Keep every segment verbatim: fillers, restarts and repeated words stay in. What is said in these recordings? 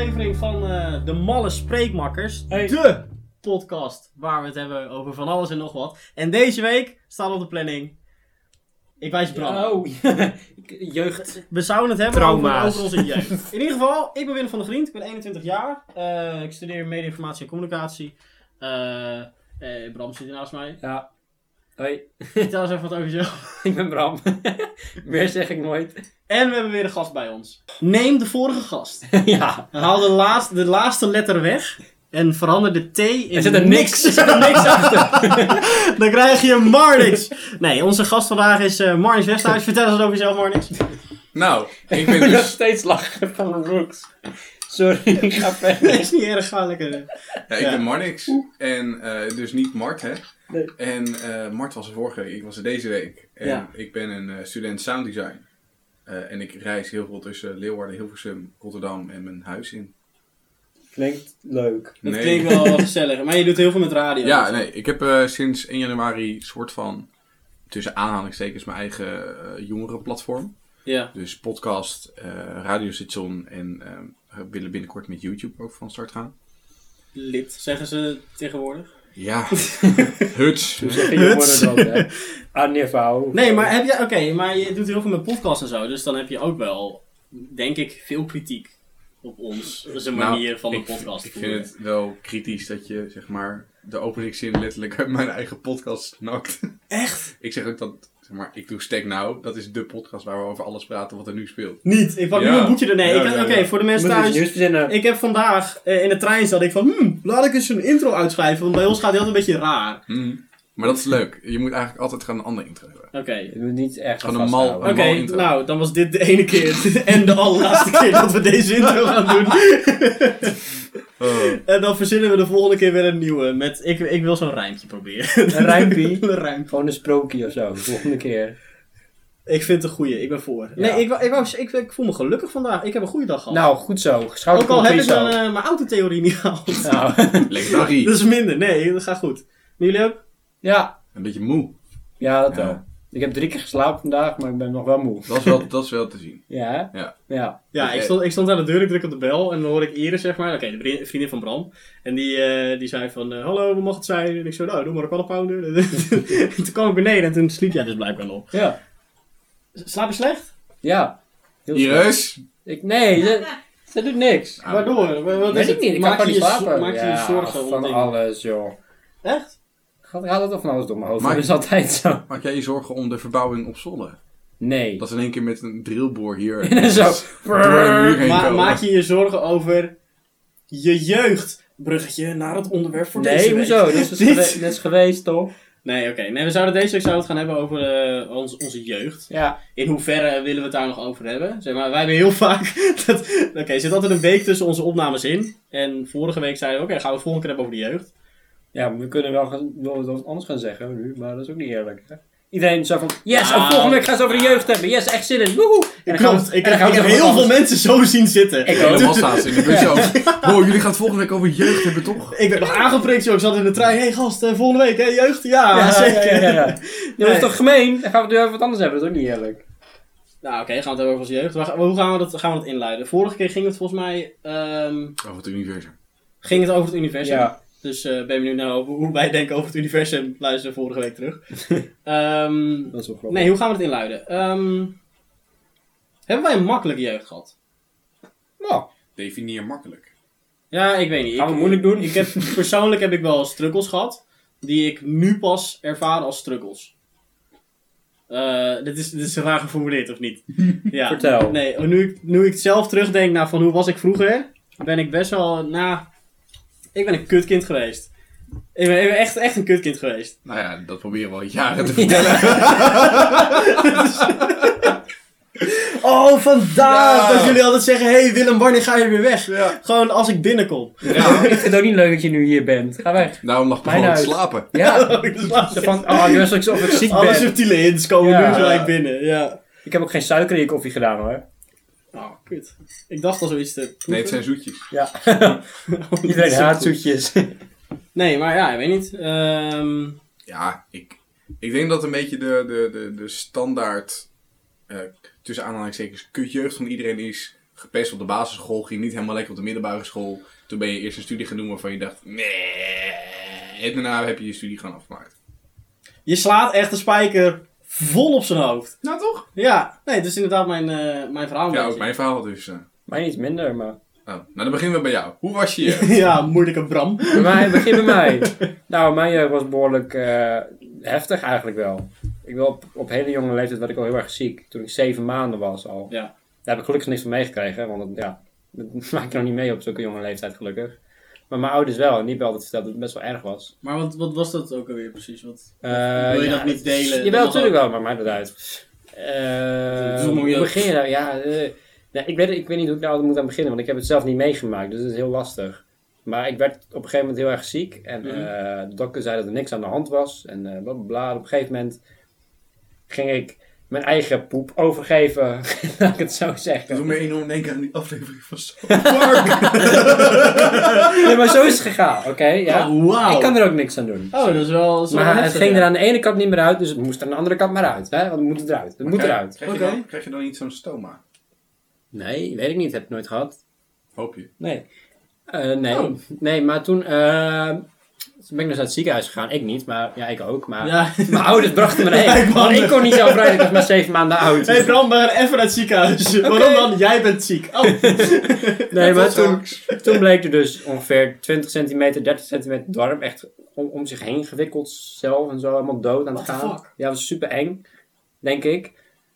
aflevering van uh, De Malle Spreekmakkers. Hey. De podcast waar we het hebben over van alles en nog wat. En deze week staat op de planning... Ik wijs Bram. Oh, jeugd. We zouden het hebben over, over onze jeugd. In ieder geval, ik ben Willem van der Griend. Ik ben eenentwintig jaar. Uh, ik studeer media, informatie en communicatie. Uh, eh, Bram zit hier naast mij. Ja. Hoi. Vertel eens even wat over jezelf. Ik ben Bram. Meer zeg ik nooit. En we hebben weer een gast bij ons. Neem de vorige gast. Ja. Haal de laatste, de laatste letter weg. En verander de T in Er zit er niks. Er zit er niks achter. Dan krijg je Marnix. Nee, onze gast vandaag is uh, Marnix Westhuis. Vertel eens wat over jezelf, Marnix. Nou, ik ben Ik moet nog dus... steeds lachen van mijn looks. Sorry, ik ga verder. Nee, is niet erg, ga lekker. Ja, ik Ja. ben Marnix. En uh, dus niet Mart, hè. Nee. En uh, Mart was er vorige week, ik was er deze week. En Ja. ik ben een uh, student sounddesign. Uh, en ik reis heel veel tussen Leeuwarden, Hilversum, Rotterdam en mijn huis in. Klinkt leuk. Dat Nee. klinkt wel wel gezellig. Maar je doet heel veel met radio. Ja, nee, ik heb uh, sinds één januari soort van, tussen aanhalingstekens, mijn eigen uh, jongerenplatform. Ja. Dus podcast, uh, radiostation en uh, we willen binnenkort met YouTube ook van start gaan. Lid, zeggen ze tegenwoordig. Ja, huts. Hoe zeg je jongeren dat, hè? Anniveau. Nee, maar heb je... Oké, okay, maar je doet heel veel met podcasts en zo. Dus dan heb je ook wel, denk ik, veel kritiek op ons. Dat is een manier Nou, van de ik, podcast Ik voeren. vind het wel kritisch dat je, zeg maar, de openingszin letterlijk uit mijn eigen podcast snakt. Echt? Ik zeg ook dat, zeg maar, ik doe Stack Now. Dat is de podcast waar we over alles praten wat er nu speelt. Niet. Ik pak Ja. nu een boekje er. Nee, Ja, ik- ja, oké, ja. voor de mensen Moet je thuis... nieuws verzinnen. Ik heb vandaag uh, in de trein zat ik van, hmm, laat ik eens een intro uitschrijven, want bij ons gaat het altijd een beetje raar. Mm. Maar dat is leuk. Je moet eigenlijk altijd gaan een andere intro hebben. Oké. Je moet niet echt Gewoon een mal- Oké, Een mal intro. nou, dan was dit de ene keer en de allerlaatste keer dat we deze intro gaan doen. Oh. En dan verzinnen we de volgende keer weer een nieuwe. Met, ik, ik wil zo'n rijmpje proberen. Een rijmpie. Een rijmpje. Gewoon een sprookje of zo, de volgende keer. Ik vind het een goeie, ik ben voor. Ja. Nee, ik, wou- ik, wou, ik, ik voel me gelukkig vandaag. Ik heb een goede dag gehad. Nou, goed zo. ook Schouder al heb ik zo. dan, uh, mijn autotheorie niet gehaald. Nou, Legendarie. Dat is minder, nee, dat gaat goed. Maar jullie ook? ja. Een beetje moe. Ja, dat Ja. wel. Ik heb drie keer geslapen vandaag, maar ik ben nog wel moe. Dat is wel, dat is wel te zien. Ja, hè? Ja. Ja. Ja, ik stond, ik stond aan de deur, ik druk op de bel en dan hoor ik Iris, zeg maar. Oké, de vri- vriendin van Bram. En die, uh, die zei van, uh, hallo, wat mag het zijn? En ik zo, nou, doe maar een kallepounder. En toen kwam ik beneden en toen sliep jij dus blijkbaar nog. Ja. Slaap je slecht? Ja. Heel slecht. Iris? Ik, nee, ze, ze doet niks. Ah. Waardoor? Wa- Wat Weet is ik het? niet, ik kan Maak gewoon je niet je zo- slapen. Maak je je Ja, zorgen om van dingen? alles, joh. Echt? Gaat gaat het of van alles door mijn hoofd? Maar- Dat is altijd zo. Maak jij je zorgen om de verbouwing op Zwolle? Nee. Dat is in één keer met een drillboor hier En zo. door de muur heen Ma- komen. maak je je zorgen over je jeugd? Bruggetje naar het onderwerp voor deze Nee, week. hoezo? Dat is, dus Dit- gewe- dat is geweest, toch? Nee, oké. Nee, we zouden deze week zouden het gaan hebben over eh, ons, onze jeugd. Ja. In hoeverre willen we het daar nog over hebben? Zeg maar, wij hebben heel vaak... dat- Oké, er zit altijd een week tussen onze opnames in. En vorige week zeiden we, oké, gaan we het volgende keer hebben over de jeugd. Ja, maar we kunnen wel, gaan, wel wat anders gaan zeggen nu, maar dat is ook niet eerlijk. Hè? Iedereen zo van, yes, Nou. oh, volgende week gaan ze over de jeugd hebben. Yes, echt zin in. Woehoe. En dan gaan we- Klopt, ik en dan heb gaan we ik heb het heel over veel wat mensen zo zien zitten. Ik Helemaal ook. staat ze in de bus zo. Wow, jullie gaan het volgende week over jeugd hebben, toch? Ik werd nog aangeprikt, joh. Ik zat in de trein. Hé hey, gast, eh, volgende week, hè, jeugd? Ja, Ja, zeker. ja, ja, ja. Ja, dat is toch gemeen? Dan gaan we het nu over wat anders hebben, dat is ook niet eerlijk. Nou, oké, gaan we het hebben over onze jeugd. Waar- Hoe gaan we dat, gaan we dat inluiden? Vorige keer ging het volgens mij... ehm, Over het universum. ging het over het universum. Ja. Dus eh ben benieuwd naar over hoe wij denken over het universum. Luister vorige week terug. Ehm, Dat is wel grappig. nee, hoe gaan we het inluiden? Ehm, hebben wij een makkelijke jeugd gehad? Nou, Definieer makkelijk. Ja, ik weet niet. Gaan we Ik- moeilijk doen? Ik heb, persoonlijk heb ik wel struggles gehad. Die ik nu pas ervaar als struggles. Eh, dit, is, dit is raar geformuleerd, of niet? Ja. Vertel. Nee, nu ik, nu ik zelf terugdenk naar van hoe was ik vroeger, ben ik best wel, nou, ik ben een kutkind geweest. Ik ben, ik ben echt, echt een kutkind geweest. Nou ja, dat proberen we al jaren te vertellen. Oh, vandaar Ja. dat jullie altijd zeggen, hé hey Willem, wanneer ga je weer weg? Ja. Gewoon als ik binnenkom. Ja. ik vind het ook niet leuk dat je nu hier bent. Ga weg. Daarom lag ik Mijn gewoon te huis. slapen. Ja. Zo van, oh, nu is het alsof ik ziek Alle ben. subtiele hints komen Ja. nu gelijk binnen, ja. Ik heb ook geen suiker in je koffie gedaan, hoor. Oh, kut. Ik dacht al zoiets te proeven. Nee, het zijn zoetjes. Ja. Oh, Iedereen dat is haat zo goed. zoetjes. Nee, maar ja, ik weet niet. Ehm Ja, ik, ik denk dat een beetje de, de, de, de standaard, eh, tussen aanhalingstekens, kutjeugd van iedereen is gepest op de basisschool, ging niet helemaal lekker op de middelbare school. Toen ben je eerst een studie gaan doen waarvan je dacht, nee. En daarna heb je je studie gewoon afgemaakt. Je slaat echt de spijker vol op zijn hoofd. Nou toch? Ja, nee, dat is inderdaad mijn, uh, mijn verhaal. Ja, ook mijn verhaal dus. Uh... Mij iets minder, maar... Oh, nou, dan beginnen we bij jou. Hoe was je jeugd? Ja, moeilijke Bram. Bij mij, begin bij mij. Nou, mijn jeugd was behoorlijk uh, heftig eigenlijk wel. Ik wil op, op hele jonge leeftijd werd ik al heel erg ziek. Toen ik zeven maanden was al. Ja. Daar heb ik gelukkig niks van meegekregen. Want het, ja, dat maak ik nog niet mee op zulke jonge leeftijd gelukkig. Maar mijn ouders wel. En die hebben altijd verteld dat het best wel erg was. Maar wat, wat was dat ook alweer precies? Wat, Uh, wil je ja, dat niet delen? Jawel, Dat natuurlijk mag wel. Maar maakt het uit. Uh, Hoe moet je hoe dat- begin je nou? Ja, uh, nee, ik, weet, ik weet niet hoe ik nou moet aan beginnen. Want ik heb het zelf niet meegemaakt. Dus het is heel lastig. Maar ik werd op een gegeven moment heel erg ziek. En Mhm. uh, de dokter zei dat er niks aan de hand was. En uh, blablabla. Op een gegeven moment ging ik mijn eigen poep overgeven. Laat ik het zo zeggen. Dat doet me enorm denken aan die aflevering van South Park. Nee, maar zo is het gegaan, oké? Ja? Oh, wauw. Ik kan er ook niks aan doen. Oh, dat is wel... Dat is wel Maar het heftig, ging ja. er aan de ene kant niet meer uit, dus het moest aan de andere kant maar uit. Hè? Want het moet eruit. Het moet Krijg- eruit. Krijg je, Oké. dan, krijg je dan niet zo'n stoma? Nee, weet ik niet. Heb ik nooit gehad. Hoop je. Nee. Uh, nee. Oh. Nee, maar toen, uh, toen ben ik dus naar het ziekenhuis gegaan. Ik niet, maar ja, ik ook. Maar Ja. mijn ouders brachten me Ja, erheen. ik Want wou- ik kon niet zelf rijden, ik was maar zeven maanden oud. Hey Bram, we gaan even naar het ziekenhuis. Waarom dan? Jij bent ziek. Oh. Nee, maar Tot toen, straks. toen bleek er dus ongeveer twintig centimeter, dertig centimeter darm echt om, om zich heen gewikkeld zelf en zo, helemaal dood aan het What the gaan. fuck? Ja, dat was super eng, denk ik.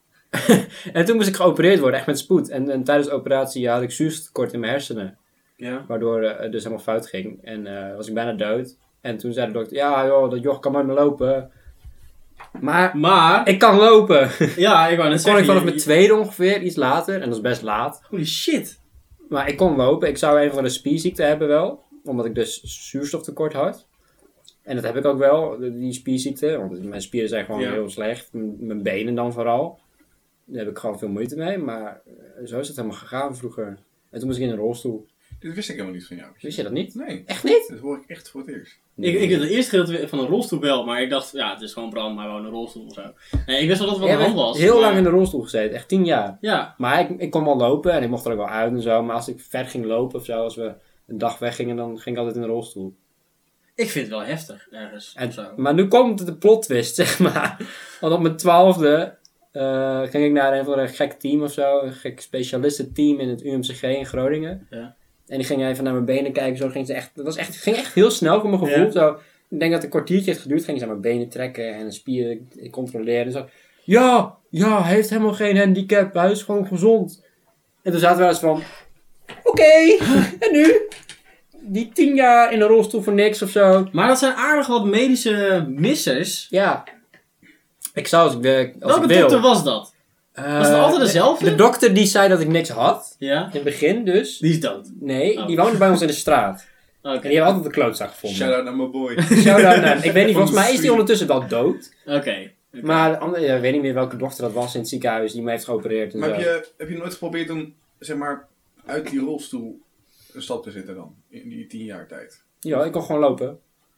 En toen moest ik geopereerd worden, echt met spoed. En, en tijdens de operatie had ik zuurstoftekort in mijn hersenen, Ja. waardoor uh, het dus helemaal fout ging. En uh, was ik bijna dood. En toen zei de dokter, ja joh, dat joch kan maar meer lopen. Maar Maar, ik kan lopen. ja, ik wou net Dat kon zeggen. ik vanaf je- mijn tweede ongeveer, iets later. En dat is best laat. Holy shit. Maar ik kon lopen. Ik zou een van de spierziekten hebben wel. Omdat ik dus zuurstoftekort had. En dat heb ik ook wel, de- die spierziekte. Want mijn spieren zijn gewoon Ja. heel slecht. M- mijn benen dan vooral. Daar heb ik gewoon veel moeite mee. Maar eh, zo is het helemaal gegaan vroeger. En toen moest ik in een rolstoel. Dit wist ik helemaal niet van jou. Wist je dat niet? Nee. Echt niet? Dat hoor ik echt voor het eerst. Ik, ik heb het eerste gedeelte van een rolstoel wel, maar ik dacht, ja, het is gewoon Bram, maar woont in een rolstoel of zo. Nee, ik wist wel dat het Ik wel heb een hand was. heel maar- lang in de rolstoel gezeten. Echt tien jaar. Ja, Maar ik, ik kon wel lopen. En ik mocht er ook wel uit en zo. Maar als ik ver ging lopen of zo. Als we een dag weggingen. Dan ging ik altijd in de rolstoel. ik vind het wel heftig ergens. En, of zo. maar nu komt de plot twist, zeg maar. Want op mijn twaalfde uh, ging ik naar een van een gek team of zo. Een gek specialistenteam in het U M C G in Groningen. Ja. En die gingen even naar mijn benen kijken. Zo ging ze echt, dat was echt, ging echt heel snel voor mijn gevoel. Ja. Zo, ik denk dat het een kwartiertje heeft geduurd. Ging ze aan mijn benen trekken en de spieren controleren. En zo. Ja, ja, hij heeft helemaal geen handicap. Hij is gewoon gezond. En toen zaten we eens van... Oké, en nu? Die tien jaar in een rolstoel voor niks of zo. Maar dat zijn aardig wat medische missers. Ja. Ik zou als ik, wil- als Welke ik wil. dokter was dat? Eh, Was het altijd dezelfde? De dokter die zei dat ik niks had. Ja. In het begin dus. Die is dood. Nee, Oh. die woonde bij ons in de straat. Oké. En die hebben altijd de klootzak gevonden. Shout-out naar mijn boy. Shout-out naar hem. Ik weet niet, Van volgens mij is die Sweet. ondertussen wel dood. Oké. Oké. Maar de andere, ja, ik weet niet meer welke dokter dat was in het ziekenhuis die me heeft geopereerd en Maar zo. heb je, heb je nooit geprobeerd om, zeg maar, uit die rolstoel een stap te zitten dan? In die tien jaar tijd. Ja, ik kon gewoon lopen.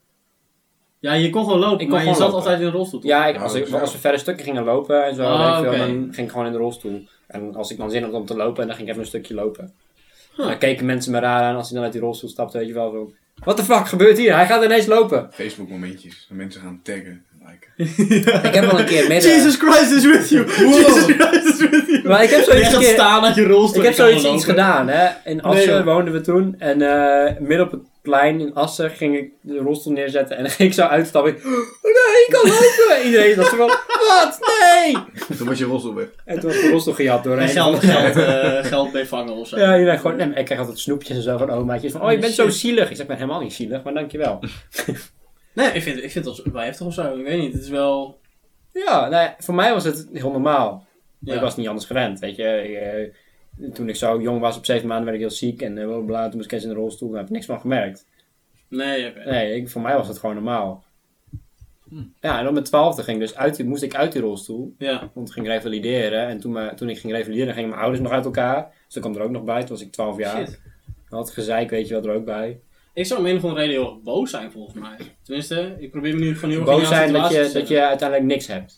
Ja, je kon gewoon lopen, Ik kon maar je gewoon zat lopen. altijd in een rolstoel. toch? Ja, ik, Oh, als, ik, zo. als we verre stukken gingen lopen en zo, Oh, weet ik veel, oké. dan ging ik gewoon in de rolstoel. En als ik dan zin had om te lopen, dan ging ik even een stukje lopen. Huh. Dan keken mensen me raar aan als hij dan uit die rolstoel stapte, weet je wel zo. What the fuck gebeurt hier? Hij gaat ineens lopen. Facebook momentjes. Dat mensen gaan taggen. Like. Ik heb wel een keer midden... Jesus Christ is with you! Jesus Christ is with you! Maar ik heb Je zoiets gaat een keer... staan uit je rolstoel. Ik heb en kan zoiets wel iets lopen. gedaan, hè. In Assen Nee, joh. woonden we toen. En eh midden op het plein in Assen ging ik de rolstoel neerzetten. En dan ging ik zo uitstappen. Ik, oh nee, ik kan lopen! Iedereen dacht zo van, wat? Nee! Toen was je rolstoel weg. En toen was de rolstoel gejat door En een geld, van de- geld, eh, geld mee vangen of zo. Ja, iedereen gewoon... Nee, maar ik kreeg altijd snoepjes en zo van omaatjes. Van, oh, je bent zo Shit. zielig. Ik zeg, ik ben helemaal niet zielig, maar dankjewel. Nee, ik vind, ik vind het wel heftig of zo. Ik weet niet, het is wel... Ja, nou ja, voor mij was het heel normaal. Ja. Ik was niet anders gewend, weet je. Ik, eh, toen ik zo jong was, op zeven maanden werd ik heel ziek. En uh, bla, toen moest ik eens in de rolstoel. Daar heb ik niks van gemerkt. Nee, oké. Nee, ik, voor mij was het gewoon normaal. Hm. Ja, en op mijn twaalfde ging dus uit die, moest ik uit die rolstoel. Ja. Want ik ging revalideren. En toen, me- toen ik ging revalideren, gingen mijn ouders nog uit elkaar. Dus dat kwam er ook nog bij. Toen was ik twaalf jaar. Shit. Dan had gezeik, weet je wel, er ook bij. Ik zou om een of andere reden heel erg boos zijn volgens mij. Tenminste, ik probeer me nu gewoon heel erg Boos in jouw zijn dat situatie je, te dat je zetten. uiteindelijk niks hebt.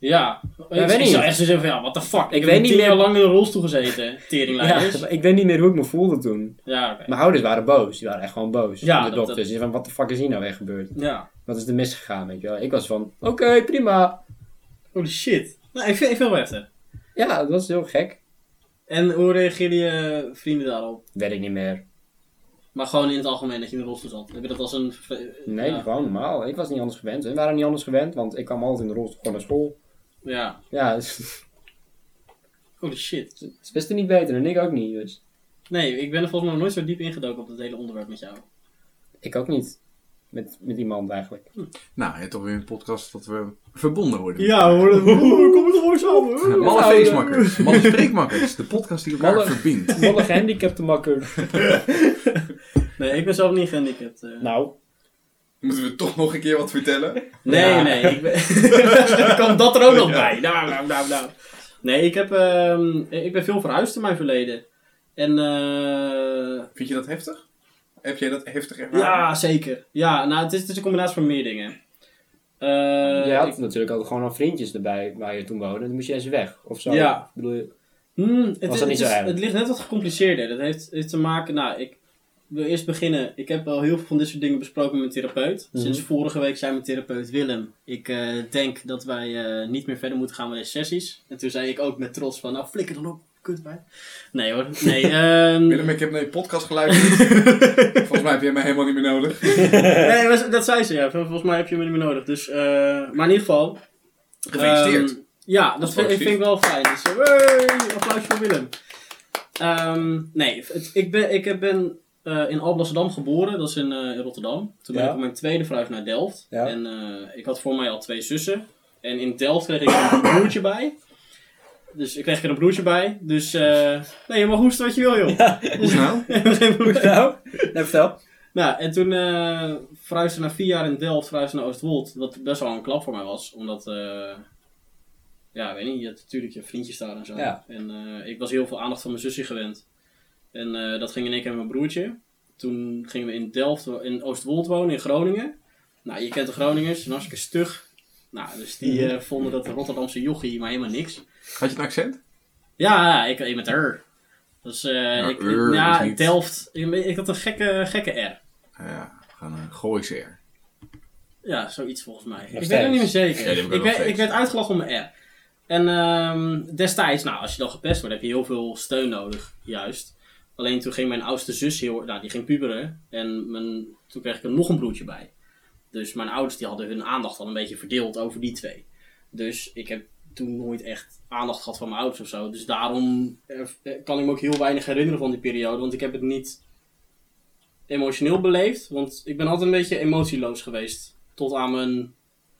Ja. Ja, ik weet ik niet. zou echt zo zeggen van, ja, what the fuck. Ik, Ik heb weet niet tien meer- jaar lang in een rolstoel gezeten. Teringleiders. Ja, ik weet niet meer hoe ik me voelde toen. Ja, oké. Mijn ouders waren boos. Die waren echt gewoon boos. Ja, de dat- dokters. dat- Die van, wat de fuck is hier nou weer gebeurd? Ja. Wat is er misgegaan, weet je wel? Ik was van, oké, prima. Holy shit. Nou, ik vind, ik vind het wel heftig. Ja, dat was heel gek. En hoe reageerden je vrienden daarop? Weet ik niet meer. Maar gewoon in het algemeen dat je in een rolstoel zat. Heb je dat als een... Nee, ja. gewoon normaal. Ik was niet anders gewend. Hun waren niet anders gewend, want ik kwam altijd in de rolstoel gewoon naar school. Ja. Ja, dus, Holy shit. ze wisten niet beter en ik ook niet. Dus. Nee, ik ben er volgens mij nog nooit zo diep ingedoken op dat hele onderwerp met jou. Ik ook niet. Met, met iemand eigenlijk. Nou, je hebt toch weer een podcast dat we verbonden worden. Ja hoor, kom het gewoon samen. Malle feestmakkers, malle spreekmakkers. De podcast die elkaar Malle- verbindt. Malle gehandicapte makker. Nee, ik ben zelf niet gehandicapt. eh. Nou, Moeten we toch nog een keer wat vertellen? Nee, Ja. nee, ik ben... Komt dat er ook nog bij? Nou, nou, nou, nou. Nee, ik heb... ehm, ik ben veel verhuisd in mijn verleden. En eh... Vind je dat heftig? Heb jij dat heftig ervaren? ja, zeker. Ja, nou, het is, het is een combinatie van meer dingen. Eh, je had ik- natuurlijk ook gewoon al vriendjes erbij waar je toen woonde. Dan moest je eens weg. Of zo. Ja. Ik bedoel, je- Hmm, het, Was is- dat niet het, zo is- erg? het ligt net wat gecompliceerder. Dat heeft, heeft te maken... Nou, ik wil eerst beginnen. Ik heb al heel veel van dit soort dingen besproken met mijn therapeut. Mhm. Sinds vorige week zei mijn therapeut Willem... Ik eh, denk dat wij eh, niet meer verder moeten gaan met deze sessies. En toen zei ik ook met trots van... Nou, flikker dan op. Kut bij. Nee hoor. Nee, ehm Willem, ik heb naar je podcast geluisterd. Volgens mij heb jij mij helemaal niet meer nodig. nee, dat- dat zei ze ja. Volgens mij heb je me niet meer nodig. Dus, eh, maar in ieder geval... Gefeliciteerd. ehm, ja, dat vind, ik vind ik wel fijn. Dus, eh, hey, applaus voor Willem. Ehm, nee, het- ik ben, ik ben eh, in Alblasserdam geboren. Dat is in, eh, in Rotterdam. Toen ben Ja. ik op mijn tweede verhuisd naar Delft. Ja. En eh, ik had voor mij al twee zussen. En in Delft kreeg ik er een broertje bij. Dus ik kreeg er een broertje bij. Dus, eh nee, je mag hoesten wat je wil, joh. Hoe nou? Geen probleem. Nou, nee, vertel. Nou, en toen eh verhuisde na vier jaar in Delft, verhuisde naar Oostwold. Wat best wel een klap voor mij was. Omdat, eh ja, weet niet, je hebt natuurlijk je vriendjes daar en zo. Ja. En eh, ik was heel veel aandacht van mijn zusje gewend. En eh, dat ging in één keer met mijn broertje. Toen gingen we in Delft, in Oostwold wonen, in Groningen. Nou, je kent de Groningers, een hartstikke stug. Nou, dus die eh, vonden dat de Rotterdamse jochie maar helemaal niks. Had je een accent? Ja, ik, ik met er. Dus, eh ik, er is ja, niet- Delft. Ik, ik had een gekke, gekke R. Ja, gewoon een Gooise R. Ja, zoiets volgens mij. Nog ik weet het niet meer steeds. zeker. Ja, die heb ik ook ik, nog werd, steeds. ik werd uitgelachen om mijn R. En ehm, destijds, nou, als je dan gepest wordt, heb je heel veel steun nodig, juist. Alleen toen ging mijn oudste zus heel, nou, die ging puberen. En mijn, toen kreeg ik er nog een broertje bij. Dus mijn ouders die hadden hun aandacht al een beetje verdeeld over die twee. Dus ik heb toen nooit echt aandacht gehad van mijn ouders of zo. Dus daarom eh, kan ik me ook heel weinig herinneren van die periode. Want ik heb het niet emotioneel beleefd. Want ik ben altijd een beetje emotieloos geweest. Tot aan mijn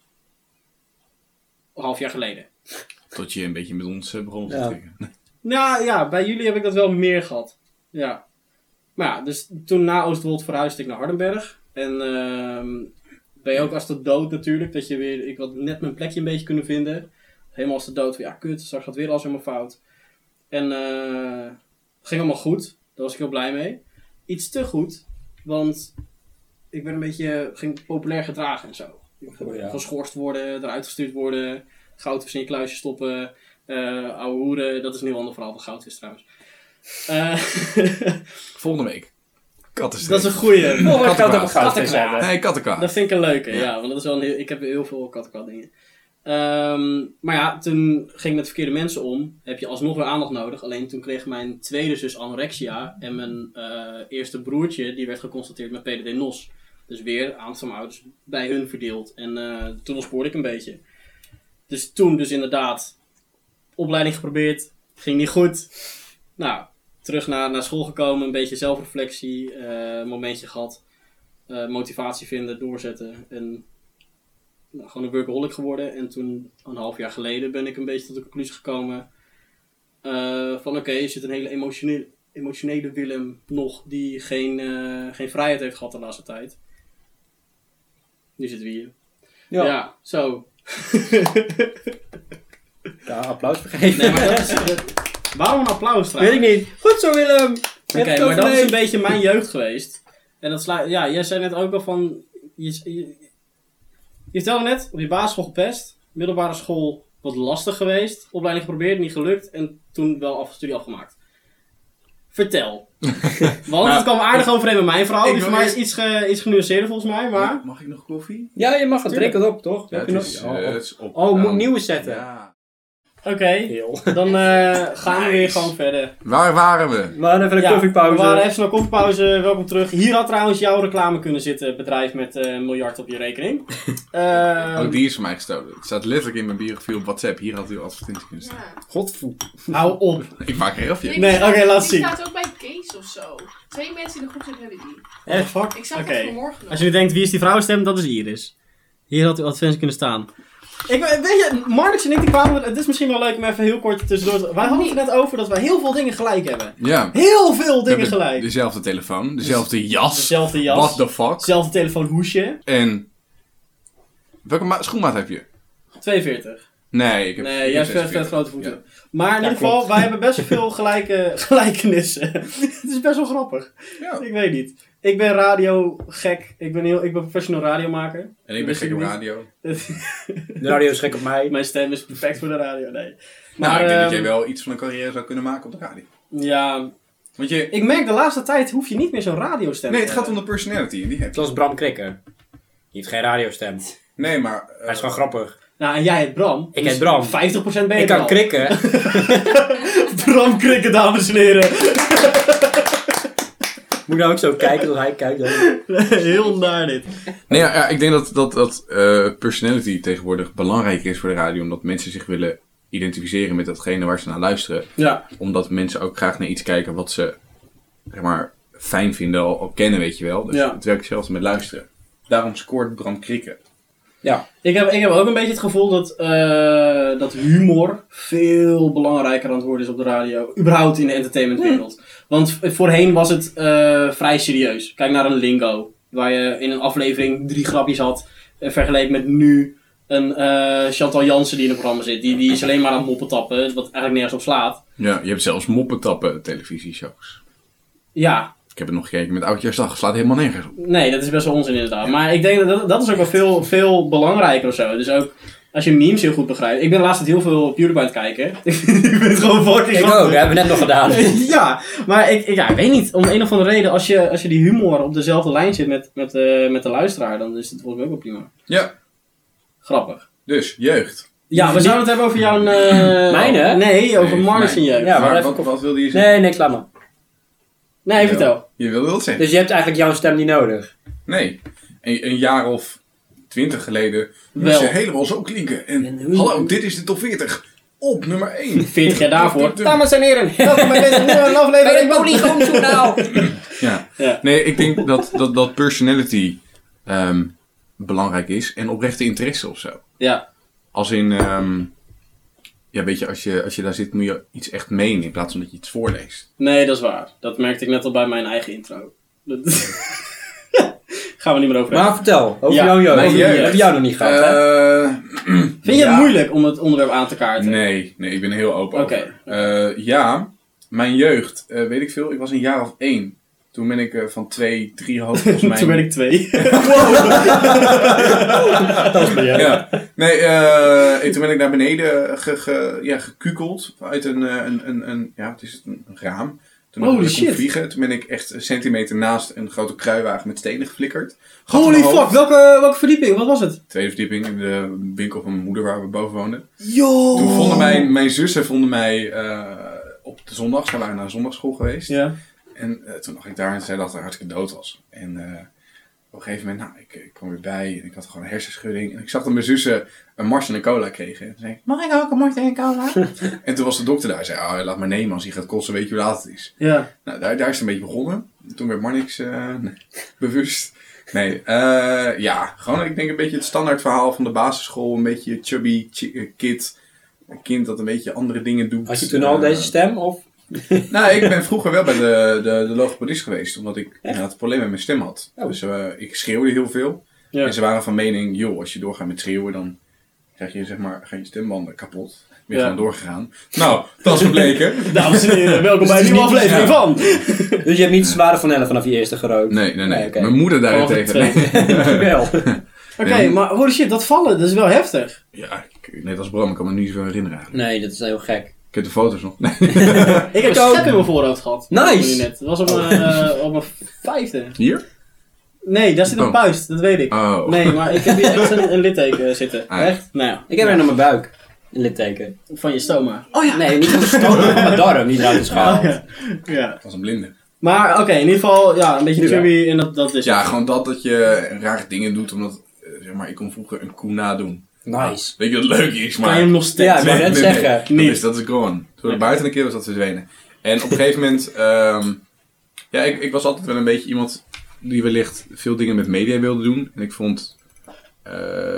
half jaar geleden. Tot je een beetje met ons eh, begon te Ja. trekken. Nou ja, bij jullie heb ik dat wel meer gehad. Ja. Maar ja, dus toen na Oostwold verhuisde ik naar Hardenberg. En ehm ben je ook als de dood natuurlijk. Dat je weer, ik had net mijn plekje een beetje kunnen vinden. Helemaal als de dood van ja kut, straks gaat weer alles helemaal fout. En eh ging allemaal goed. Daar was ik heel blij mee. Iets te goed, want ik ben een beetje, ging populair gedragen en zo. Oh, ja. Geschorst worden, eruit gestuurd worden, goudvis in je kluisje stoppen, eh ouwe hoeren. Dat is een heel ander verhaal van goudvis trouwens. Eh, Volgende week. Kattenstreek. dat is een goeie. Oh, ik kan het Kattenkwaad. ook goud Kattenkwaad. hebben. Nee, kattenkwaad. Dat vind ik een leuke, ja. Ja. Want dat is wel een heel, ik heb heel veel kattenkwaad dingen. Ehm, maar ja, toen ging ik met verkeerde mensen om. Heb je alsnog weer aandacht nodig. Alleen toen kreeg mijn tweede zus anorexia. En mijn eh, eerste broertje, die werd geconstateerd met P D D-N O S. Dus weer aandacht van mijn ouders bij hun verdeeld. En eh, toen ontspoorde ik een beetje. Dus toen dus inderdaad opleiding geprobeerd. Ging niet goed. Nou, terug naar, naar school gekomen. Een beetje zelfreflectie. eh, een momentje gehad. eh, motivatie vinden, doorzetten. En nou, gewoon een workaholic geworden. En toen, een half jaar geleden, ben ik een beetje tot de conclusie gekomen. eh, van oké, er zit een hele emotionele, emotionele Willem nog. Die geen, eh, geen vrijheid heeft gehad de laatste tijd. Nu zitten we hier. Ja, Ja. zo. Ja, applaus vergeven. Nee, maar dat is... dat- waarom een applaus Weet trouwens? ik niet. Goed zo, Willem. Je Oké, hebt het maar dat is een overleefd. beetje mijn jeugd geweest. En dat sluit... Ja, jij zei net ook al van... Je, je, je vertelde net, op je basisschool gepest. Middelbare school wat lastig geweest. Opleiding geprobeerd, niet gelukt. En toen wel af, studie afgemaakt. Vertel. Want Nou, het kwam aardig overeen met mijn verhaal. ik Die voor wil mij is eerst- iets, ge, iets genuanceerder volgens mij. Maar... Mag ik nog koffie? Ja, je mag het. Tuurlijk. Drink het op, toch? Ja, Heb het je is, nog- eh, oh, het is op. oh, moet aan. nieuwe zetten. Ja. Oké, Heel. dan uh, gaan we weer Nice. gewoon verder. Waar waren we? Maar even een Ja, koffiepauze. We waren even naar koffiepauze. Welkom terug. Hier had trouwens jouw reclame kunnen zitten. Bedrijf met uh, een miljard op je rekening. Uh, Ook die is van mij gestolen. Het staat letterlijk in mijn biografie op WhatsApp. Hier had u advertentie kunnen staan. Ja. Godvoet. Hou op. Ik maak een grafje. Nee, oké, laat zien. Die staat ook bij Kees of zo. Twee mensen in de groep zitten hebben die. Echt? Fuck. Ik zag Oké. het vanmorgen nog. Als je nu denkt, wie is die vrouwenstem? Dat is Iris. Hier had uw advertentie kunnen staan. Ik, weet je, Marnix en ik die kwamen... Het is misschien wel leuk om even heel kort tussendoor te... Wij hadden het er net over dat wij heel veel dingen gelijk hebben. Ja. Heel veel We dingen hebben gelijk. Dezelfde telefoon, dezelfde jas. Dezelfde jas. What the fuck? Dezelfde telefoonhoesje. En... Welke ma- schoenmaat heb je? tweeënveertig. Nee, ik heb Nee, jij hebt vet, vet zesenzestig. grote voeten. Ja. Maar in Ja, ieder geval, klopt. wij hebben best wel veel gelijke, gelijkenissen. Het is best wel grappig. Ja. Ik weet niet. Ik ben radio gek. Ik ben, heel, ik ben professional radiomaker. En ik ben gek op radio. De radio is gek op mij. Mijn stem is perfect voor de radio, nee. Nou, Maar, ik denk dat ehm, jij wel iets van een carrière zou kunnen maken op de radio. Ja, Want je... ik merk de laatste tijd hoef je niet meer zo'n radiostem Nee, te het gaat om hebben. de personality. En die heb je. Zoals Bram Krikke. Die heeft geen radiostem. Nee, maar... eh, Hij is gewoon grappig. Nou, en jij heet Bram. Ik dus heet Bram. vijftig procent ben je Ik kan al. krikken. Bram Krikken, dames en heren. Moet ik nou ook zo kijken als hij kijkt? Dan... Heel naar dit. Nee, ja, ja, ik denk dat, dat, dat eh, personality tegenwoordig belangrijker is voor de radio. Omdat mensen zich willen identificeren met datgene waar ze naar luisteren. Ja. Omdat mensen ook graag naar iets kijken wat ze, zeg maar, fijn vinden, al, al kennen, weet je wel. Dus Ja. het werkt hetzelfde met luisteren. Daarom scoort Bram Krikke. Ja. Ik heb, ik heb ook een beetje het gevoel dat, eh, dat humor veel belangrijker aan het worden is op de radio. Überhaupt in de entertainmentwereld. Want voorheen was het eh, vrij serieus. Kijk naar een Lingo. Waar je in een aflevering drie grapjes had. eh, vergeleken met nu een eh, Chantal Jansen die in het programma zit. Die, die is alleen maar aan het moppen tappen. Wat eigenlijk nergens op slaat. Ja, je hebt zelfs moppetappen televisieshows. Ja, Ik heb het nog gekeken met Oudjaarsdag. Slaat helemaal nergens op. nee, dat is best wel onzin inderdaad. Maar ik denk dat dat, dat is ook wel veel, veel belangrijker of zo. Dus ook als je memes heel goed begrijpt. Ik ben de laatste tijd heel veel PewDiePie aan het kijken. ik vind het gewoon fucking Ik ook, grappig. dat hebben we net nog gedaan. Ja, maar ik, ik, ja, ik weet niet. Om een of andere reden, als je, als je die humor op dezelfde lijn zit met, met, uh, met de luisteraar, dan is het volgens mij ook wel prima. Ja, Grappig. dus jeugd. Ja, we zouden het hebben over jouw... Uh, Mijne? Nee, over Nee, Marnix en mijn. jeugd. Ja, maar maar even- wat, wat wilde je zeggen? Nee, nee, klaar maar. Nee, Ja. vertel. Je wilde dat zeggen? Dus je hebt eigenlijk jouw stem niet nodig. Nee. Een, een jaar of twintig geleden Wel. moest ze helemaal zo klinken. En, En hoe- hallo, dit is de top veertig. Op nummer één. veertig jaar daarvoor. Dames en heren, welkom bij deze nieuwe aflevering. Polygoonjournaal. Ja. Ja. Nee, ik denk dat, dat, dat personality ehm, belangrijk is. En oprechte interesse of zo. Ja, Als in... ehm, ja, weet je als, je, als je daar zit moet je iets echt menen in plaats van dat je iets voorleest. nee, dat is waar. Dat merkte ik net al bij mijn eigen intro. Dat... Gaan we niet meer over hebben. Maar vertel, over Ja, jouw jeugd. mijn Over jeugd. je- Heb je jou nog niet gehad, hè? Eh, Vind je ja. het moeilijk om het onderwerp aan te kaarten? Nee, nee, ik ben er heel open Oké. over. Eh, ja, mijn jeugd, eh, weet ik veel, ik was een jaar of één. Toen ben ik eh, van twee, drie hoog volgens mij... Toen ben ik twee. Dat was bij jou. Ja, nee, eh, en toen ben ik naar beneden ge, ge- ja, gekukeld uit een, eh, een, een, een, ja, wat is het, een, een raam. Toen Holy ik kon shit. vliegen, toen ben ik echt een centimeter naast een grote kruiwagen met stenen geflikkerd. Gat in Holy mijn fuck, hoofd. welke, welke verdieping? Wat was het? Tweede verdieping in de winkel van mijn moeder waar we boven woonden. Yo! Toen vonden mijn, mijn zussen vonden mij eh, op de zondag, ze waren naar een zondagschool geweest. Ja. En uh, toen lag ik daar en zei dat het hartstikke dood was. En uh, op een gegeven moment, nou, ik, ik kwam weer bij en ik had gewoon een hersenschudding. En ik zag dat mijn zussen een mars en een cola kregen. En toen zei ik, mag ik ook een mars en een cola? En toen was de dokter daar. Hij zei, oh, laat maar nemen, als hij gaat kosten, weet je hoe laat het is. Ja. Nou, daar, daar is het een beetje begonnen. Toen werd Marnix uh, nee, bewust. Nee, uh, ja, gewoon ik denk een beetje het standaard verhaal van de basisschool. Een beetje chubby ch- kid. Een kind dat een beetje andere dingen doet. Had je toen al Uh, deze stem? Of? Nou, ik ben vroeger wel bij de, de, de logopedist geweest, omdat ik inderdaad een probleem met mijn stem had. Oh. Dus uh, ik schreeuwde heel veel. Ja. En ze waren van mening, joh, als je doorgaat met schreeuwen, dan krijg je, zeg maar, gaan je stembanden kapot. Ik ben Ja. gewoon doorgegaan. Nou, dat is gebleken. Dames en heren, welkom bij Dus een het is nieuwe niet- aflevering ja. van. Dus je hebt niet zware van Ellen vanaf je eerste gerookt? Nee, nee, nee. Nee, oké. Mijn moeder Vanaf daarentegen. het Nee. Wel. Oké, maar holy shit, dat vallen, dat is wel heftig. Ja, ik, net als Bram, ik kan me niet zoveel herinneren eigenlijk. Nee, dat is heel gek. Ik heb de foto's nog. Nee. Ik heb een schep in mijn voorhoofd gehad. Nice! Net. Dat was op mijn, uh, op mijn vijfde. Hier? Nee, daar zit een Oh. puist, dat weet ik. Oh. Nee, maar ik heb hier echt een, een litteken zitten. Ah, Echt? Nou ja. Ik heb er naar mijn buik. Een litteken. Van je stoma. Oh ja. Nee, niet van mijn stoel, maar van mijn darm. Die eruit is gehaald. Oh, ja. Ja. Dat was een blinde. Maar oké, in ieder geval, ja, een beetje Nu wel. chubby en dat, dat is Ja, het. gewoon dat dat je rare dingen doet, omdat, eh, zeg maar, ik kon vroeger een koe nadoen. Nice. Weet je wat leuk is, maar... Kan je hem nog steeds? Ja, ik wou net zeggen. Dat Niet. is, dat is gone. Toen Nee. ik buiten een keer was dat verdwenen. En op een gegeven moment, ehm, ja, ik, ik was altijd wel een beetje iemand die wellicht veel dingen met media wilde doen. En ik vond, eh,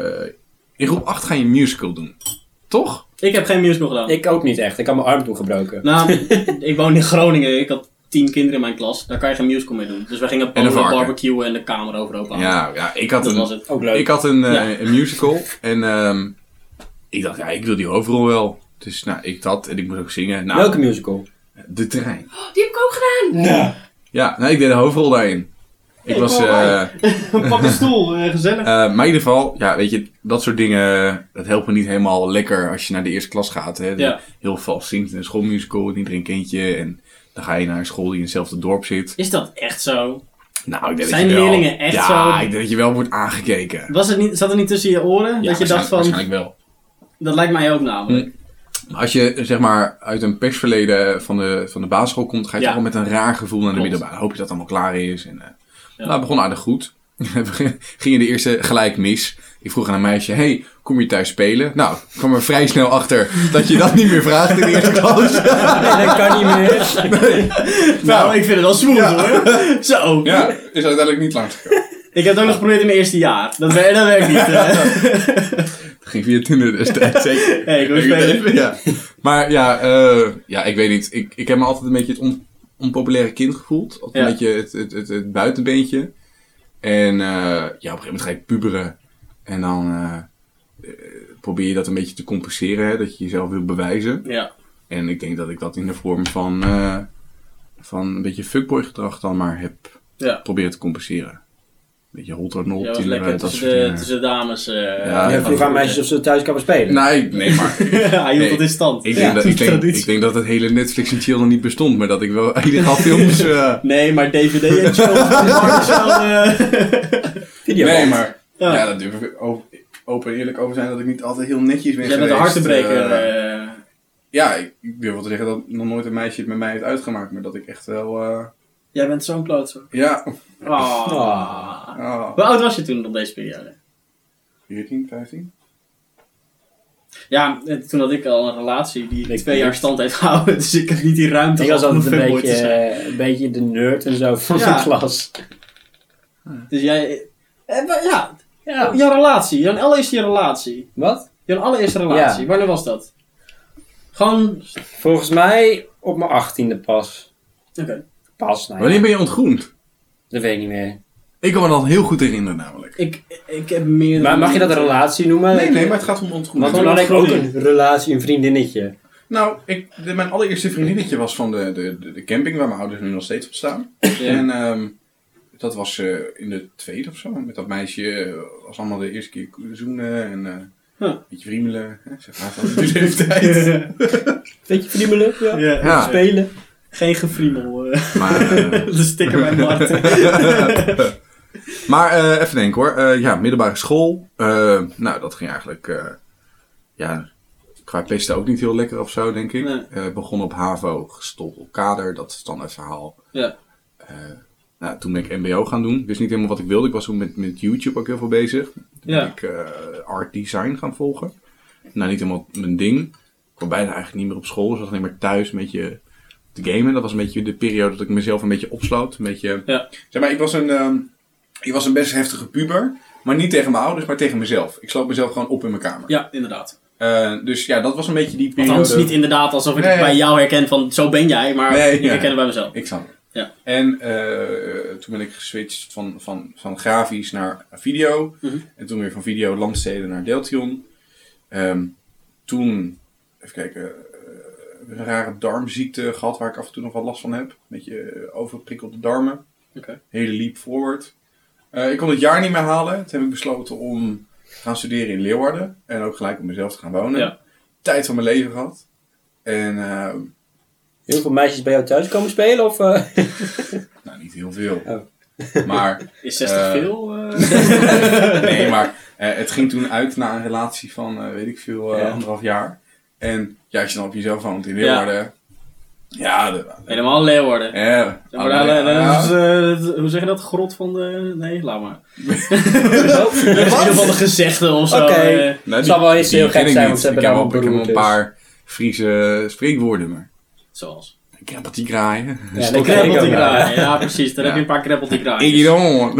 in groep acht ga je een musical doen. Toch? Ik heb geen musical gedaan. Ik ook niet echt. Ik had mijn arm toen gebroken. Nou, ik woon in Groningen. Ik had tien kinderen in mijn klas. Daar kan je geen musical mee doen. Dus we gingen een bowlen, varken. barbecuen en de kamer overhoop aan. Ja, ja, ik had Dat een, was het. Ook leuk. ik had een, eh, Ja. een musical. En ehm, ik dacht, ja, ik wil die overal wel. Dus nou, ik dat en ik moest ook zingen. Nou, Welke musical? De Trein. Die heb ik ook gedaan. Nou. Ja, nou, ik deed de hoofdrol daarin. Ik Hey, was... kom eh, Pak een stoel, eh, gezellig. Uh, maar in ieder geval, ja, weet je, dat soort dingen, dat helpt me niet helemaal lekker als je naar de eerste klas gaat. Hè? Ja. Heel vals zingt in een schoolmusical, en iedereen kent je. En dan ga je naar een school die in hetzelfde dorp zit. Is dat echt zo? Nou, ik denk Zijn dat je wel, leerlingen echt ja, zo? ik denk dat je wel wordt aangekeken. Was het niet, zat het niet tussen je oren? Ja, dat je dacht waarschijnlijk- van, waarschijnlijk wel. dat lijkt mij ook namelijk. Maar als je, zeg maar, uit een persverleden van de, van de basisschool komt, ga je Ja. toch wel met een raar gevoel naar de Klopt. middelbare. Hoop je dat het allemaal klaar is. En, uh, Ja. Nou, het begon aardig goed. We gingen de eerste gelijk mis. Ik vroeg aan een meisje, hey, kom je thuis spelen? Nou, ik kwam er vrij snel achter dat je dat niet meer vraagt in de eerste klas. Nee, dat kan niet meer. Nou, ik vind het wel smooth Ja. hoor. Zo. Ja, is uiteindelijk niet langs gekomen. Ik heb het ook nog geprobeerd in mijn eerste jaar. Dat, wer- dat werkt niet. eh. Het ging via Tinder destijds, zeker. Hey, ik wil spelen. Ja. Maar ja, eh, ja, ik weet niet. Ik, ik heb me altijd een beetje het on, onpopulaire kind gevoeld. Altijd Ja. een beetje het, het, het, het buitenbeentje. En eh, ja, op een gegeven moment ga ik puberen. En dan eh, eh, probeer je dat een beetje te compenseren. Hè, dat je jezelf wil bewijzen. Ja. En ik denk dat ik dat in de vorm van, eh, van een beetje fuckboy gedrag dan maar heb Ja. proberen te compenseren. Een beetje holternol, Ja, was tilleren, lekker dat tussen soort de, dingen. tussen de dames. eh Ja, Je vroeg aan meisjes of ze thuis kan spelen. Nee, nee, maar Hij hield Nee. het in stand. ik, Ja, denk dat, die ik, denk, traditie. ik denk dat het hele Netflix en chill nog niet bestond, maar dat ik wel illegaal films... eh, Nee, maar D V D en chill. Dat is wel, eh, Video. nee, maar Ja. ja. daar durf ik o- open en eerlijk over zijn dat ik niet altijd heel netjes ben Jij bent een geweest. hartebreker. eh. eh. ja, ik, ik durf wel te zeggen dat nog nooit een meisje het met mij heeft uitgemaakt, maar dat ik echt wel... eh, Jij bent zo'n klootzak. ja, Ah. Ah. Hoe oud was je toen op deze periode? veertien, vijftien? Ja, eh, toen had ik al een relatie die Ik- twee jaar stand heeft gehouden. Dus ik heb niet die ruimte Ik was gehad om altijd een fuckboy beetje, te zijn. eh, een beetje de nerd en zo van Ja. de klas. Dus jij... eh, maar ja, Ja. jouw relatie. Jouw allereerste relatie. Wat? Jouw allereerste relatie. Ja. Wanneer was dat? Gewoon... Volgens mij op mijn achttiende pas. Oké. Pas, nou ja. Wanneer ben je ontgroend? Dat weet ik niet meer. Ik kan me dat heel goed herinneren namelijk. Ik, ik heb meer... Maar mag je dat een relatie noemen? Nee, nee, maar het gaat om ontgroend. Want Wat toen had ik ook ontgroening? een relatie, een vriendinnetje. Nou, ik, de, mijn allereerste vriendinnetje was van de, de, de, de camping waar mijn ouders nu nog steeds op staan. Ja. En ehm, dat was eh, in de tweede of zo. Met dat meisje eh, was allemaal de eerste keer zoenen en eh, Huh. een beetje vriemelen. Hè? Ze gaat altijd de hele tijd. Beetje vriemelen, ja. Ja. Ja. Spelen. Geen gefriemel. eh. Maar, eh, De sticker bij Marten. maar eh, even denken hoor. Eh, ja, middelbare school. Eh, nou, dat ging eigenlijk... eh, ja, qua pesten ook niet heel lekker of zo, denk ik. Nee. Eh, begon op HAVO, gestold op kader. Dat standaard verhaal. Ja. Eh, nou, toen ben ik M B O gaan doen. Ik wist niet helemaal wat ik wilde. Ik was toen met, met YouTube ook heel veel bezig. Toen Ja. ben ik eh, art design gaan volgen. Nou, niet helemaal mijn ding. Ik kwam bijna eigenlijk niet meer op school. Dus was alleen maar thuis een beetje te gamen. Dat was een beetje de periode dat ik mezelf een beetje opsloot. Een beetje... Ja. Zeg maar, ik was een... ehm, ik was een best heftige puber. Maar niet tegen mijn ouders, maar tegen mezelf. Ik sloot mezelf gewoon op in mijn kamer. Ja, inderdaad. Eh, dus ja, dat was een beetje die periode. Althans, niet inderdaad alsof ik Nee. het bij jou herken van zo ben jij, maar Nee, ik ja. herken het bij mezelf. Ik snap het. Ja. En eh, toen ben ik geswitcht van, van, van grafisch naar video. Mhm. En toen weer van video Landsteden naar Deltion. Ehm, toen, even kijken, eh, een rare darmziekte gehad waar ik af en toe nog wat last van heb. Een beetje eh, overprikkelde darmen. Oké. Hele leap forward. Eh, ik kon het jaar niet meer halen. Toen heb ik besloten om gaan studeren in Leeuwarden. En ook gelijk om mezelf te gaan wonen. Ja. Tijd van mijn leven gehad. En, uh, heel veel meisjes bij jou thuis komen spelen? Of, uh... nou, niet heel veel. Oh. Maar... Is zestig uh, veel? Uh... nee, maar uh, het ging toen uit naar een relatie van, uh, weet ik veel, uh, Ja. anderhalf jaar. En ja, als je dan op jezelf woont in Leeuwarden... Ja, ja de, de, Helemaal Leeuwarden. Ja. Ja, maar daar- daar- ja. dat is, uh, hoe zeg je dat? Grot van de... Nee, laat maar. In ieder geval de gezegden of zo. Oké. eh. Nee, Het zal wel eens die heel ken gek ik zijn, niet. want ze hebben ik heb allemaal wel- ik heb wel een beroemd, paar Friese spreekwoorden, maar... Zoals. Kreppeltie kraaien. Ja, De dat ken ik ook kreppeltie wel. graaien. Ja, precies. Daar Ja. heb je een paar kreppeltie Ik graaien. dan.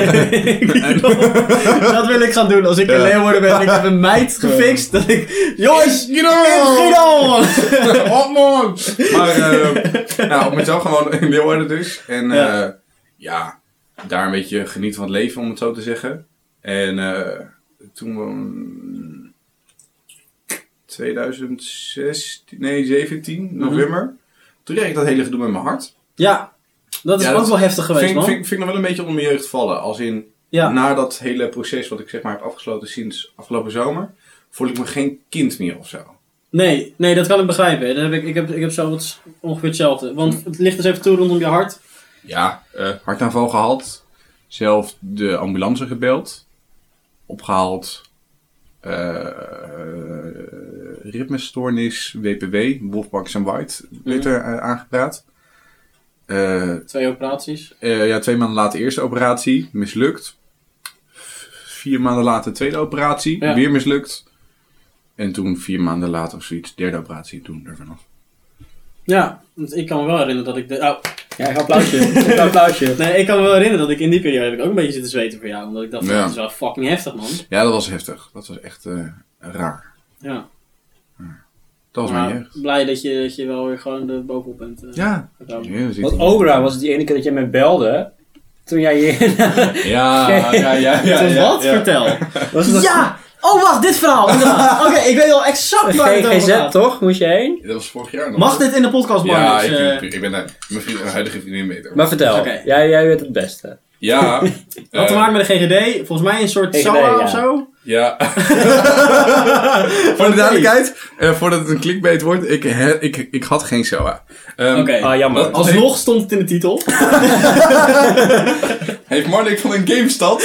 Dat wil ik gaan doen. Als ik in Ja. Leeuwarden ben en ik heb een meid gefixt, dat ik... Jongens, Ik dan. Giedon! Op man! Maar, uh, nou, op mezelf gewoon in Leeuwarden dus. En uh, Ja. ja, daar een beetje genieten van het leven, om het zo te zeggen. En uh, toen we... um, tweeduizend zestien, nee, zeventien, november. Toen kreeg ik dat hele gedoe met mijn hart. Ja, dat is Ja, ook dat wel heftig geweest, Vind, man. vind, vind ik nog wel een beetje onder mijn jeugd vallen. Als in, Ja. na dat hele proces wat ik zeg maar heb afgesloten sinds afgelopen zomer, voel ik me geen kind meer of zo. Nee, nee, dat kan ik begrijpen. Dat heb ik, ik, heb, ik heb zo wat, ongeveer hetzelfde. Want het ligt dus even toe rondom je hart. Ja, uh, hartaanval gehad. Zelf de ambulance gebeld. Opgehaald. Uh, ritmestoornis, W P W, Wolf Parkinson White, beter uh, aangepraat. Uh, Twee operaties. uh, ja, twee maanden later eerste operatie, mislukt. Vier maanden later tweede operatie, Ja. weer mislukt. En toen vier maanden later of zoiets, derde operatie, toen er vanaf. Ja, want ik kan me wel herinneren dat ik... De, oh, Ja, een applausje. Een applausje. nee, ik kan me wel herinneren dat ik in die periode heb ik ook een beetje zitten zweten voor jou. Omdat ik dacht, Ja. dat is wel fucking heftig, man. Ja, dat was heftig. Dat was echt uh, raar. Ja. Dat was Maar mijn jeugd. blij dat je, dat je wel weer gewoon er bovenop bent. Uh, Ja. gekomen. Ja, dat zit Want hij. Ogra was het die ene keer dat jij mij belde. Toen jij hier... Ja, ja, ja, ja. Toen ja, wat? ja. Vertel. Was het Ja! Oh, wacht, dit verhaal. inderdaad. Oké, ik weet wel exact waar het over G G Z gaat. toch? Moest je heen? Dat was vorig jaar nog. Mag dit in de podcast, Ja, Marnix? ik, Eh, ik, ik ben daar, mijn, vriend, mijn huidige vriendin beter. Maar vertel. Oké. Jij, jij weet het beste. Ja. Had te eh, maken met de G G D. Volgens mij een soort G G D, S O A ja. of zo. Ja. Voor de duidelijkheid, uh, voordat het een clickbait wordt, ik, he, ik, ik had geen S O A. Um, Oké. Ah, jammer. Wat- Alsnog stond het in de titel. Heeft Marnik van een GameStad?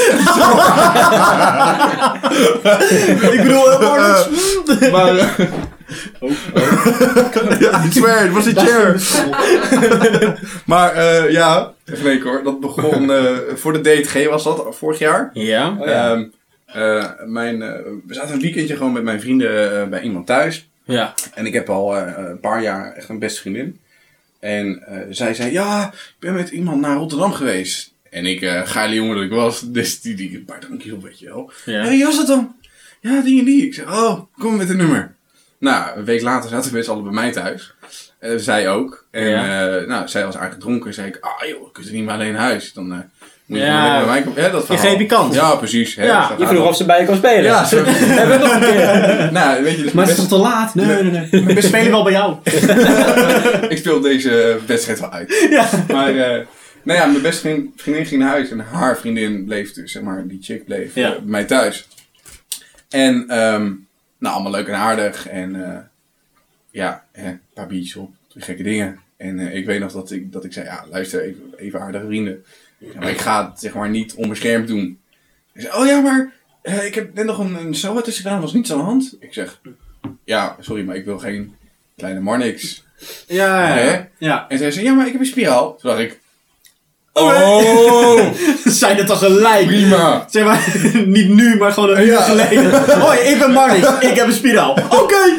Ik bedoel, uh, Marnix. maar... Uh, Oh, ja, ik zweer, het was een chair. maar uh, ja, even denken hoor. Dat begon uh, voor de D T G was dat, vorig jaar. Ja. Oh, ja. Um, uh, mijn, uh, we zaten een weekendje gewoon met mijn vrienden uh, bij iemand thuis. Ja. En ik heb al uh, een paar jaar echt een beste vriendin. En uh, zij zei, ja, ik ben met iemand naar Rotterdam geweest. En ik, uh, geile jongen dat ik was, dus die, die een paar drankjes op, weet je wel. Ja. Ja, wie was dat dan? Ja, die en die. Ik zeg, oh, kom met een nummer. Nou, een week later zaten we met z'n allen bij mij thuis. Uh, zij ook. En Ja. uh, nou, zij was eigenlijk dronken. Zei ik, ah joh, kun je niet meer alleen naar huis? Dan uh, moet je Ja. gewoon lekker bij mij komen. Ja, dat Je verhaal. greep je kans. Ja, precies. Hè, Ja, dus dat Je gaat vroeg wel. of ze bij je kon spelen. Ja, zo. Hebben we nog een keer. nou, weet je, dus Maar mijn het is toch te laat? Nee, nee, nee. Mijn We beste spelen wel bij jou. ik speel deze wedstrijd wel uit. Ja. Maar, uh, nou ja, mijn beste vriend, vriendin ging naar huis en haar vriendin bleef dus, zeg maar, die chick bleef Ja. uh, bij mij thuis. En, um, nou, allemaal leuk en aardig en, uh, ja, eh, een paar biertjes op, gekke dingen. En uh, ik weet nog dat ik, dat ik zei, ja, luister, even, even aardige vrienden. Ik zei, maar ik ga het, zeg maar, niet onbeschermd doen. Ik zei, oh ja, maar uh, ik heb net nog een, een S O A tussen gedaan, was niets aan de hand. Ik zeg, ja, sorry, maar ik wil geen kleine Marnix. Ja, Hè? ja. Ja. En zij zei, ja, maar ik heb een spiraal. Toen dacht ik, oh, Zei dat toch gelijk? prima. Zeg maar, niet nu, maar gewoon een uur Ja. geleden. Hoi, ik ben Marnix. Ik heb een spiraal. Oké.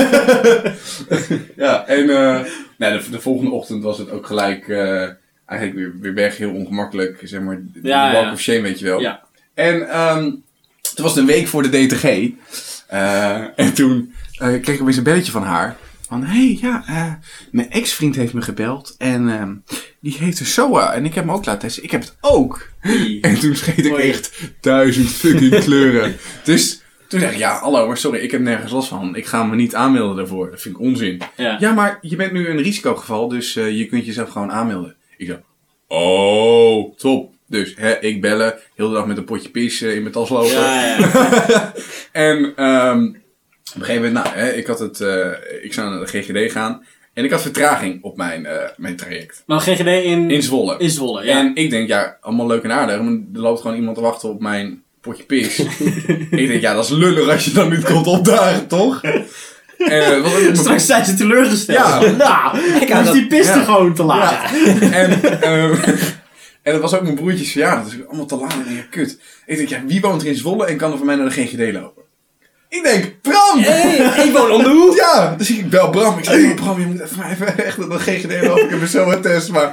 Ja, en uh, nou, de, de volgende ochtend was het ook gelijk, uh, eigenlijk weer, weer weg, heel ongemakkelijk, zeg maar, de Ja, walk ja. of shame, weet je wel. Ja. En um, het was de week voor de D T G. Uh, en toen uh, kreeg ik opeens een belletje van haar. Van, hé, hey, ja, uh, mijn ex-vriend heeft me gebeld. En um, die heeft een S O A. En ik heb hem ook laten testen. Ik heb het ook. En toen scheet ik Mooi. echt duizend fucking kleuren. Dus toen zei ik, ja, hallo, maar sorry, ik heb nergens last van. Ik ga me niet aanmelden daarvoor. Dat vind ik onzin. Ja. Ja, maar je bent nu een risicogeval, dus uh, je kunt jezelf gewoon aanmelden. Ik dacht, oh, top. Dus hè, ik bellen, heel de dag met een potje pis uh, in mijn tas lopen. Ja, ja. En um, op een gegeven moment, nou, hè, ik had het, uh, ik zou naar de G G D gaan. En ik had vertraging op mijn, uh, mijn traject. Maar G G D in... In Zwolle. In Zwolle, ja. En ik denk, ja, allemaal leuk en aardig. Maar er loopt gewoon iemand te wachten op mijn potje pis. Ik denk, ja, dat is lullig als je dan niet komt opdagen, toch? En, wat ook Straks zijn ze teleurgesteld. Ja. Nou, ik was dat- die piste ja. gewoon te laat. Ja. En, um, en dat was ook mijn broertjes verjaardag. Dus ik allemaal te laat. En ik denk, kut. Ik denk, ja, wie woont er in Zwolle en kan er voor mij naar de G G D lopen? Ik denk, Bram! Hey, ik woon om de hoek. Ja, dus ik bel Bram. Ik zeg, Bram, je moet even, mij even echt naar de G G D lopen. Ik heb een zomertest, maar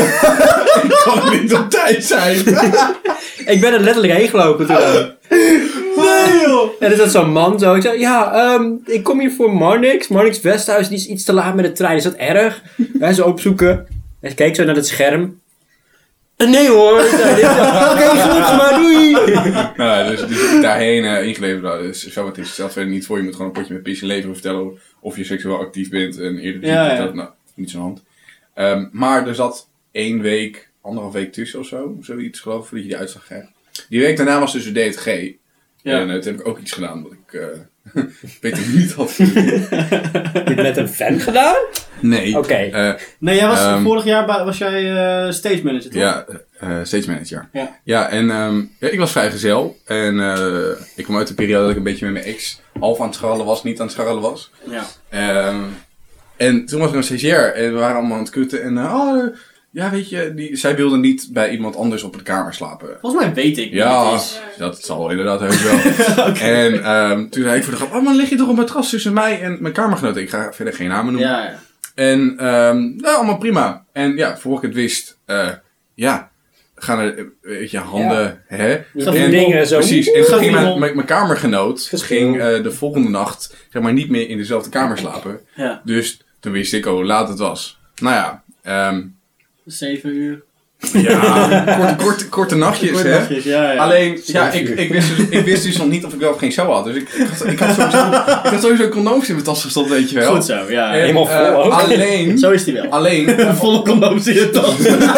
ik kan er niet op tijd zijn. Ik ben er letterlijk heen gelopen toen. Nee joh. En er zat zo'n man zo. Ik zei, ja, um, ik kom hier voor Marnix. Marnix Westhuis, die is iets te laat met de trein. Is dat erg? Wij ze opzoeken. Hij keek zo naar het scherm. Uh, nee hoor. Oké, okay, gelukkig maar, doei. Nou, dus, dus daarheen uh, ingeleverd. Nou, dus zo wat is. Stelt verder niet voor. Je moet gewoon een potje met pis leveren vertellen of je seksueel actief bent. En eerder Ja, ziek ja. dat, nou, niet zo'n hand. Um, maar er zat één week, anderhalf week tussen of zo. Zoiets geloof ik, voordat je die uitslag krijgt. Die week daarna was dus de D T G. Ja. En uh, toen heb ik ook iets gedaan wat ik uh, beter niet had kunnen doen. Heb je het met een fan gedaan? Nee. Oké. Uh, Nee, jij was, Um, vorig jaar bij- was jij uh, stage manager, toch? ja, uh, stage manager. Ja. Ja, en um, ja, ik was vrijgezel. En uh, ik kwam uit de periode dat ik een beetje met mijn ex half aan het scharrelen was, niet aan het scharrelen was. Ja. Um, en toen was er een stagiair en we waren allemaal aan het kutten. En uh, oh, uh, ja, weet je, die, zij wilde niet bij iemand anders op de kamer slapen. Volgens mij weet ik Ja, wie het is. dat zal inderdaad heus wel. En um, toen zei ik voor de grap, oh, maar dan lig je toch op een matras tussen mij en mijn kamergenoot. Ik ga verder geen namen noemen. Ja, ja. En um, nou, allemaal prima. En ja, voor ik het wist, uh, ja, gaan er, uh, weet je, handen, hè. Gaat En- dingen zo. Precies, en toen Gaat ging mijn, iemand- mijn, mijn kamergenoot Geschil. ging uh, de volgende nacht, zeg maar, niet meer in dezelfde kamer slapen. Ja. Dus toen wist ik al hoe laat het was. Nou ja, um, Zeven uur. ja, korte, korte, korte nachtjes, Kort hè. nachtjes, ja, ja. Alleen, ja, Zeven ik, uur. ik, wist dus, ik wist dus nog niet of ik wel of geen show had. Dus ik, ik, had, ik, had, sowieso, ik had sowieso condooms in mijn tas gestopt, weet je wel. Goed zo, ja. En, Helemaal vol uh, ook. Alleen, Zo is die wel. alleen, uh, Volle condooms in je tas.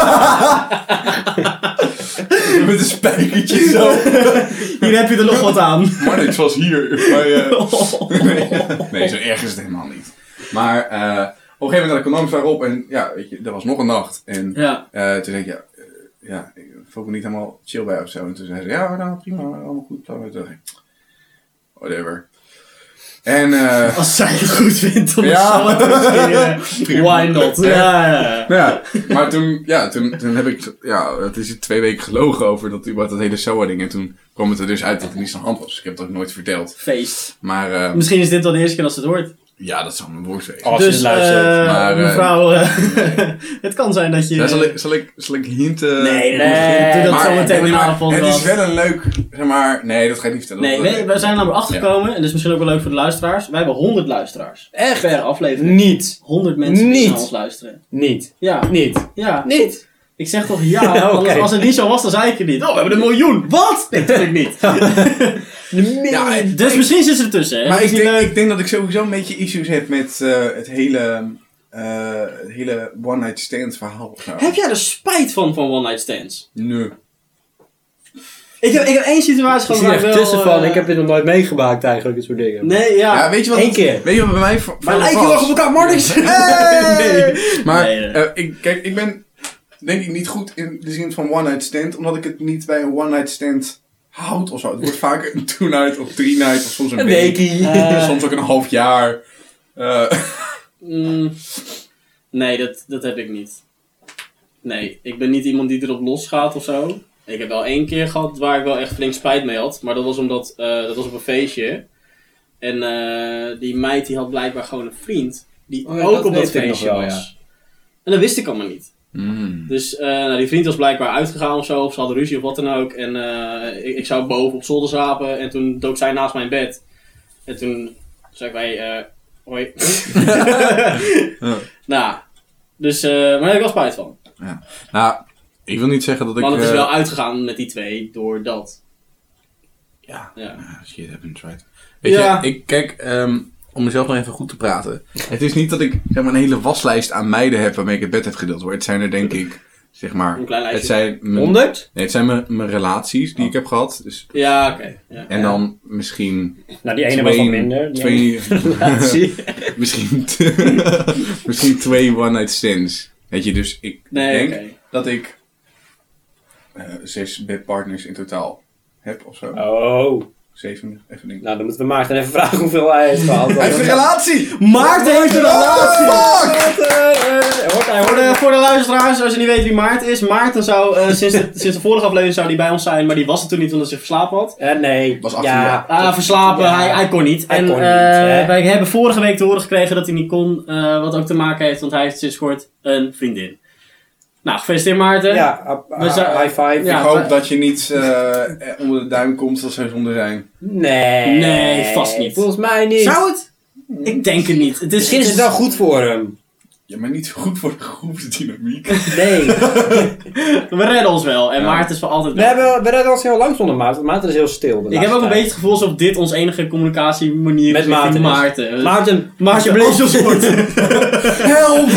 met een spijkertje zo. Hier heb je er nog wat aan. Marnix was hier. Maar, uh, nee, nee, zo erg is het helemaal niet. Maar uh, op een gegeven moment had ik condooms daarop en ja, weet je, er was nog een nacht. En Ja. uh, toen zei ik, ja, uh, ja, ik voel me niet helemaal chill bij of zo. En toen zei ze, ja, nou prima, allemaal goed. Toen dacht ik, whatever. En uh, Als zij het goed vindt om Ja. het zo te spelen. Why not? Ja, ja, ja. nou ja, maar toen, ja, toen, toen heb ik, ja, het is twee weken gelogen over dat, überhaupt dat hele S O A-ding. En toen kwam het er dus uit dat het niet zo'n hand was. Dus ik heb het ook nooit verteld. Feest. Maar uh, Misschien is dit wel de eerste keer dat ze het hoort. ja, dat zou mijn woord wezen. Als je Dus, het luistert. eh, Maar, uh, mevrouw, uh, het kan zijn dat je... Ja, zal, ik, zal, ik, zal ik hinten? Nee, Nee, nee, doe dat Maar- zo meteen in de maar avond. het is wel een leuk, zeg maar, nee, dat ga ik niet vertellen. Nee, Dat- nee, we zijn er namelijk achtergekomen, en dat is misschien ook wel leuk voor de luisteraars. Wij hebben honderd luisteraars. Echt? Per aflevering. Niet. honderd mensen die Niet. naar ons luisteren. Niet. Ja, Niet. ja. Niet. Ik zeg toch ja, Ja, oké. anders, als het niet zo was, dan zei ik het niet. Oh, we hebben een miljoen. Wat? Nee, natuurlijk niet. Ja, ik- Dus misschien zit ze ertussen, hè? maar ik Misschien, denk, eh, ik denk dat ik sowieso een beetje issues heb met uh, het hele, uh, het hele one-night stand verhaal. of zo. Heb jij er spijt van, van one night stands? Nee. Ik heb, ik heb één situatie Ik gehad zie waar er ik echt wel... tussen van. eh, Ik heb dit nog nooit meegemaakt eigenlijk, dit soort dingen. Nee, ja. Ja, weet je wat? Eén keer. Weet je wat bij mij voor, Maar voor lijken we was? nog op elkaar, Marnix? Hey! Maar, Nee, nee. uh, ik, kijk, ik ben denk ik niet goed in de zin van one-night stand, omdat ik het niet bij een one-night stand houd of zo. Het wordt vaker een two-night of three-night of soms een, Een week. weekie. Eh, Soms ook een half jaar. Uh, Mm, nee, dat, dat heb ik niet. Nee, ik ben niet iemand die erop losgaat of zo. Ik heb wel één keer gehad waar ik wel echt flink spijt mee had. Maar dat was omdat, eh, dat was op een feestje. En eh, die meid die had blijkbaar gewoon een vriend. Die Oh ja, ook dat op dat weet ik nog feestje wel, was. ja. En dat wist ik allemaal niet. mm. Dus eh, nou, die vriend was blijkbaar uitgegaan of zo. Of ze hadden ruzie of wat dan ook. En eh, ik, ik zou boven op zolder slapen. En toen dook zij naast mijn bed. En toen zei ik bij... eh hoi. Ja. Nou, dus... eh, maar daar heb ik wel spijt van. Nou, ik wil niet zeggen dat ik... Want het is uh, wel uitgegaan met die twee door dat. Ja, Ja. ah, shit happens, right. Weet Ja. je, ik, kijk, um, om mezelf nog even goed te praten. Het is niet dat ik zeg maar, een hele waslijst aan meiden heb waarmee ik het bed heb gedeeld hoor. Het zijn er denk ik zeg maar, Een klein lijstje. het zijn mijn, honderd? nee, het zijn mijn, mijn relaties die ik heb gehad. Dus, Ja, oké. Okay. Ja. en dan misschien Nou, die ene twee, was al minder. Die twee, relatie. misschien, t- misschien twee one-night stands. Weet je, dus ik Nee, denk oké. dat ik uh, zes bedpartners in totaal heb of zo. Oh. Zeven, even denken. Nou, dan moeten we Maarten even vragen hoeveel hij heeft gehad. Hij heeft een relatie! Maarten heeft een relatie! Fuck! Hoort hij, Voor hoort de, hij. voor de luisteraars, als je niet weet wie Maarten is. Maarten zou, uh, sinds, de, sinds de vorige aflevering zou die bij ons zijn, maar die was er toen niet omdat hij zich verslapen had. Eh, nee. Was achttien ja. jaar. Ah, verslapen, Ja. hij, hij kon niet. Hij en kon niet, uh, hè. wij hebben vorige week te horen gekregen dat hij niet kon, uh, wat ook te maken heeft, want hij heeft sinds kort een vriendin. Nou, gefeliciteerd Maarten. Ja, uh, We zijn- high five. Ja. Ik hoop dat je niet uh, onder de duim komt als zij zonde zijn. Nee. Nee, vast niet. Volgens mij niet. Zou het? Ik denk het niet. Het is, Misschien is het wel goed voor hem. Ja, maar niet zo goed voor de groepsdynamiek. Nee. We redden ons wel. En Ja. Maarten is voor altijd We, wel. hebben, we redden ons heel lang zonder Maarten, want Maarten is heel stil. de Ik heb ook laatste een beetje tijd. het gevoel alsof dit onze enige communicatiemanier Met is richting Maarten is. Maarten. Maarten, Maarten, alsjeblieft. als je hoort. Help!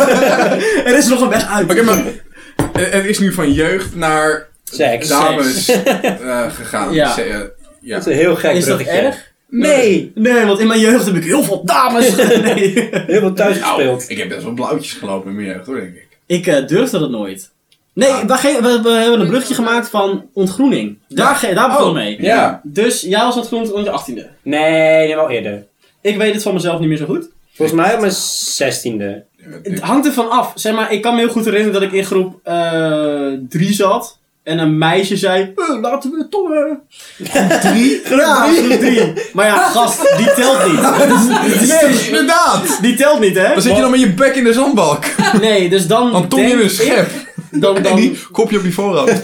Er is nog een weg uit. Oké, maar eh, het is nu van jeugd naar Seks. dames uh, gegaan. Ja. Se- uh, ja. Dat is een heel gek Is dat bruggetje. erg? Nee. Nee, want in mijn jeugd heb ik heel veel dames. Nee. Heel veel thuis Nou, gespeeld. ik heb best wel blauwtjes gelopen in mijn jeugd hoor, denk ik. Ik uh, durfde dat nooit. Nee, Ja. we, ge- we, we hebben een bruggetje gemaakt van ontgroening. Daar, ge- daar begon Oh. we mee. Ja. Dus jij was ontgroend rond je achttiende. Nee, nee, wel eerder. Ik weet het van mezelf niet meer zo goed. Volgens mij op mijn zestiende. Ja, Het dit- hangt ervan af. Zeg maar, ik kan me heel goed herinneren dat ik in groep drie zat. En een meisje zei, "Eh, laten we tongen. Drie? Ja, groep drie. Maar ja, gast, die telt niet. Nee, inderdaad! Die telt niet, hè? Dan zit je dan met je bek in de zandbalk. Nee, dus dan Dan tong je denk in een schep. ik- Dan, En dan die kopje op je voorhoofd.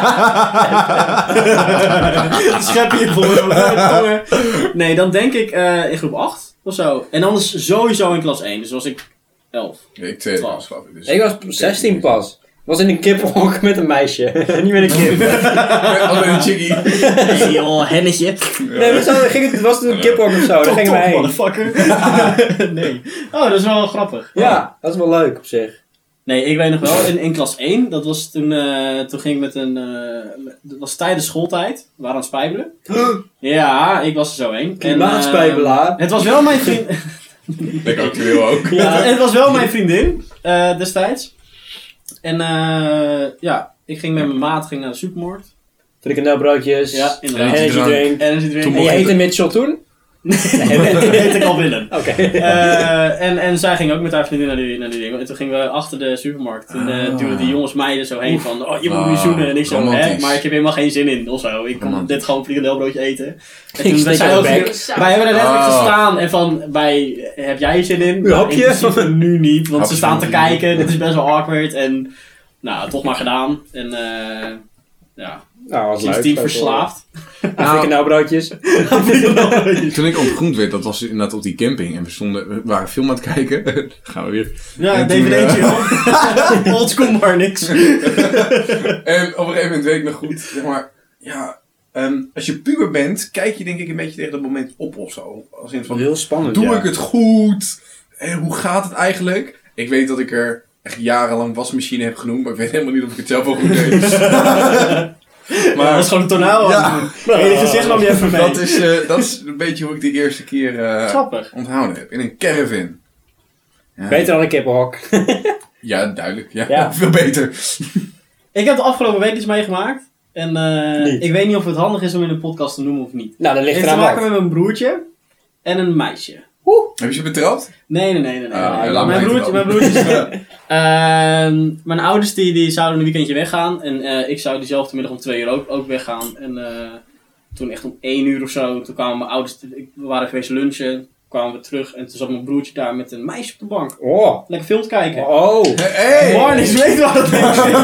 schep je voor tongen. Nee, dan denk ik eh, in groep acht of zo. En anders sowieso in klas één. Dus was ik elf. Ik tweede was geloof ik. Dus. Ik was zestien pas. Was in een kippenhok met een meisje. Niet met een kip. Als een chickie. Hey joh, hennetje. Nee, maar zo ging het, het was toen een kippenhok of zo. Daar Top, gingen we top, heen. motherfucker. Nee. Oh, dat is wel grappig. Ja, dat is wel leuk op zich. Nee, ik weet nog wel, in, in klas één, dat was toen, eh, toen ging ik met een, eh, dat was tijdens schooltijd, we waren aan het spijbelen. Ja, ik was er zo heen. Klimaatspijbelaar. En, eh, het was wel mijn vriend, Lekker actueel ook. ja, het was wel mijn vriendin, eh, destijds. En eh, ja, ik ging met mijn maat ging naar de supermarkt. Frikandelbroodjes. Ja, inderdaad. Energy Drank. drink. En er zit weer Toen En je heette Mitchell toen? Nee, dat heet ik al Willem. Oké. Eh, en, en zij ging ook met haar vriendin naar die, naar die ding. En toen gingen we achter de supermarkt. Toen eh Ah. duwden die jongens mij er zo heen van, oh, je moet Ah, nu zoenen. En ik zo, hè, romantisch. maar ik heb helemaal geen zin in, of zo. Ik kon Romantisch. dit gewoon frikandelbroodje eten. En Ik toen steek zei aan ook, de bek. wij hebben er letterlijk Ah. gestaan. En van, bij, heb jij zin in? Een Nou, hapje? in principe nu niet, want Hapje ze staan te nu. kijken. Dit is best wel awkward. En, nou, toch maar gedaan. En, eh ja, Nou, was leuk. sindsdien verslaafd. Nou, frikandelbroodjes. Toen ik ontgroend werd, dat was inderdaad op die camping. En we, stonden, we waren film aan het kijken. Dan gaan we weer. Ja, En een toen, dvd'tje joh. Oldschool maar niks. En op een gegeven moment weet ik nog goed, zeg maar, ja, ehm, als je puber bent, kijk je denk ik een beetje tegen dat moment op of zo. Als in van, Heel spannend, doe ja. ik het goed? En hoe gaat het eigenlijk? Ik weet dat ik er echt jarenlang wasmachine heb genoemd, maar ik weet helemaal niet of ik het zelf wel goed deed. Maar dat is gewoon een tonaal. Ja. Ja. Je gezicht nam je even mee. dat, is, eh, dat is een beetje hoe ik de eerste keer eh, Grappig. onthouden heb. In een caravan. Ja, Beter dan een kippenhok. Ja, duidelijk. Ja, Ja. veel beter. Ik heb de afgelopen week iets meegemaakt. En eh, Niet. ik weet niet of het handig is om in een podcast te noemen of niet. Nou, dat Het ligt heeft te eraan maken af. met mijn broertje en een meisje. Heb je ze betrapt? Nee, nee, nee. nee, nee. Ah, nee. laat mijn, maar broertje, mijn even broertje is... Ehm, mijn ouders die, die zouden een weekendje weggaan. En eh, ik zou diezelfde middag om twee uur ook, ook weggaan. En eh, toen echt om één uur of zo, toen kwamen mijn ouders... ik- We waren geweest lunchen, kwamen we terug. En toen zat mijn broertje daar met een meisje op de bank. Oh. Lekker film te kijken. Oh. Hey! Marnix weet waar dat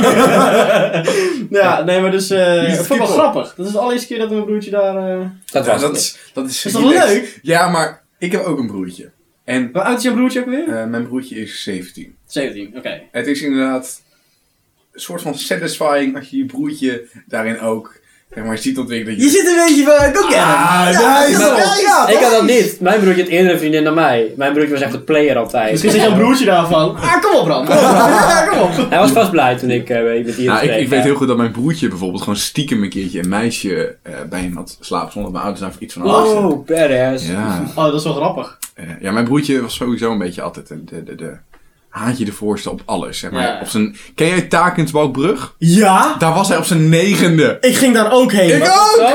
is. Ja, nee, maar dus... eh Wie is dat het vond ik wel kippel? grappig. Dat is de allereerste keer dat mijn broertje daar... eh Dat Ja, was dat het. is, dat is, Is dat wel relaxed. leuk? Ja, maar ik heb ook een broertje. En Hoe oud is jouw broertje ook weer? eh, mijn broertje is zeventien. zeventien, oké. Het is inderdaad een soort van satisfying als je je broertje daarin ook zeg maar, ziet ontwikkelen. Je zit een beetje van, go get him. Ah, ja, nice. ja, ja, Ja, Ik had dat precies. niet. Mijn broertje had eerder een vriendin dan mij. Mijn broertje was echt de player altijd. Misschien zegt jouw broertje daarvan. Ah, kom op Bram. Kom op, Bram. Ja, kom op. Hij was vast blij toen ik uh, met die Nou, ik, ik kreeg, weet ja. heel goed dat mijn broertje bijvoorbeeld gewoon stiekem een keertje een meisje uh, bij hem had slapen zonder dat mijn ouders daar iets van hadden. Oh, badass. Ja. Oh, dat is wel grappig. Uh, ja, mijn broertje was sowieso een beetje altijd de, de, de, de haantje de voorste op alles. Zeg maar. Ja. Op zijn, ken jij Takensbalkbrug? Ja, Daar was hij op zijn negende. ik ging daar ook heen. Ik Wat- ook!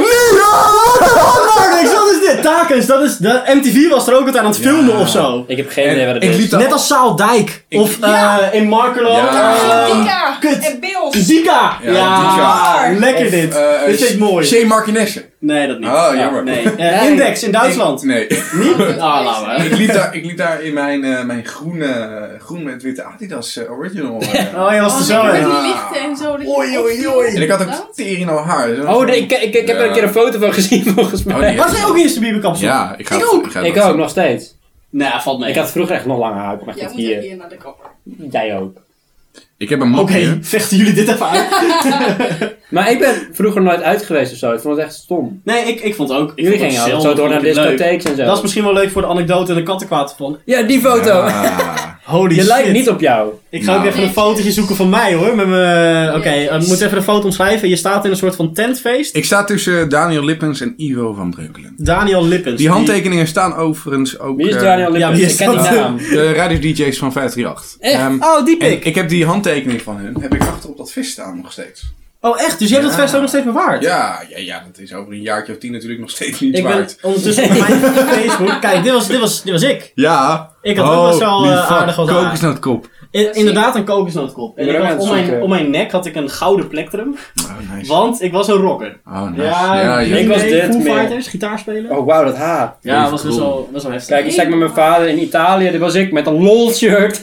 Niks, wat is dit? Takens, dat is... De M T V was er ook altijd aan het Ja. filmen of zo. Ik heb geen En idee wat het ik is. liep daar- Net als Zaaldijk. Ik- Of Ja. eh, in Markelo. Ja. eh, Dika kut. en Bills. Zika. Ja, Ja, Dika. lekker Of, dit. uh, dit vind ik mooi. Shea Martinesse. Nee, dat niet. Oh, jammer. Nee. Eh, Nee. Index in Duitsland. Ik, nee. Niet? Ah, laat maar. ik, liep daar, ik liep daar in mijn, uh, mijn groene, groen met witte Adidas uh, original. Uh, Oh, je was er zo Met in. die lichten en zo. dat je Oei, oei, opviel. oei. en ik had ook Dat? tering al haar. Dus Oh, de, ik, ik, ik heb er een keer een foto van gezien volgens mij. Oh, die- Was jij ook eerst de bieberkapsel? Ja, ik ga Ik het- ook. Ik, ga Ik dat ook, zien. nog steeds. Nee, valt mee. Ik had vroeger echt nog langer haar. Ik kom echt Jij tot moet echt hier. hier naar de kapper. Jij ook. Ik heb een Oké, mapje. vechten jullie dit even uit? Maar ik ben vroeger nooit uit geweest of zo. Ik vond het echt stom. Nee, ik, ik vond het ook. Ik Jullie vond gingen het altijd zo door naar zelf leuk. discotheeks en zo. Dat is misschien wel leuk voor de anekdote en de kattenkwaad van. Ja, die foto. Ah. Holy Je shit. lijkt niet op jou. Ik ga ook Nou. even een fotootje zoeken van mij hoor. Met mijn. Oké, ik moet even de foto omschrijven. Je staat in een soort van tentfeest. Ik sta tussen Daniel Lippens en Ivo van Breukelen. Daniel Lippens. Die handtekeningen staan overigens ook... Wie is eh, Daniel Lippens? wie is Ik ken die dat? naam. De radio-D J's van vijf drie acht. Echt? Ehm, Oh, die en pik. ik heb die handtekening van hun, heb ik achter op dat vis staan nog steeds. Oh, echt? Dus je hebt Ja. dat vest ook nog steeds bewaard? Ja, ja, ja, dat is over een jaartje of tien natuurlijk nog steeds niet Ik ben waard. ondertussen op mijn Facebook. Kijk, dit was, dit was, dit was ik. Ja. Ik had ook best wel, Holy eh, fuck, aardig wat haar. kokosnootkop. In- inderdaad, een kokosnootkop. En Ik ik ben ook had aan om, het mijn, zoeken. om mijn nek had ik een gouden plektrum. Oh, nice. Want ik was een rocker. Oh, nice. Ja, ja, ja. Ik was dit Foo meer. Fighters, gitaar spelen. Oh, wauw, dat haar. Ja, dat even was best cool. wel, best wel heftig. Kijk, ik sta met mijn vader in Italië. Dit was ik met een lol-shirt.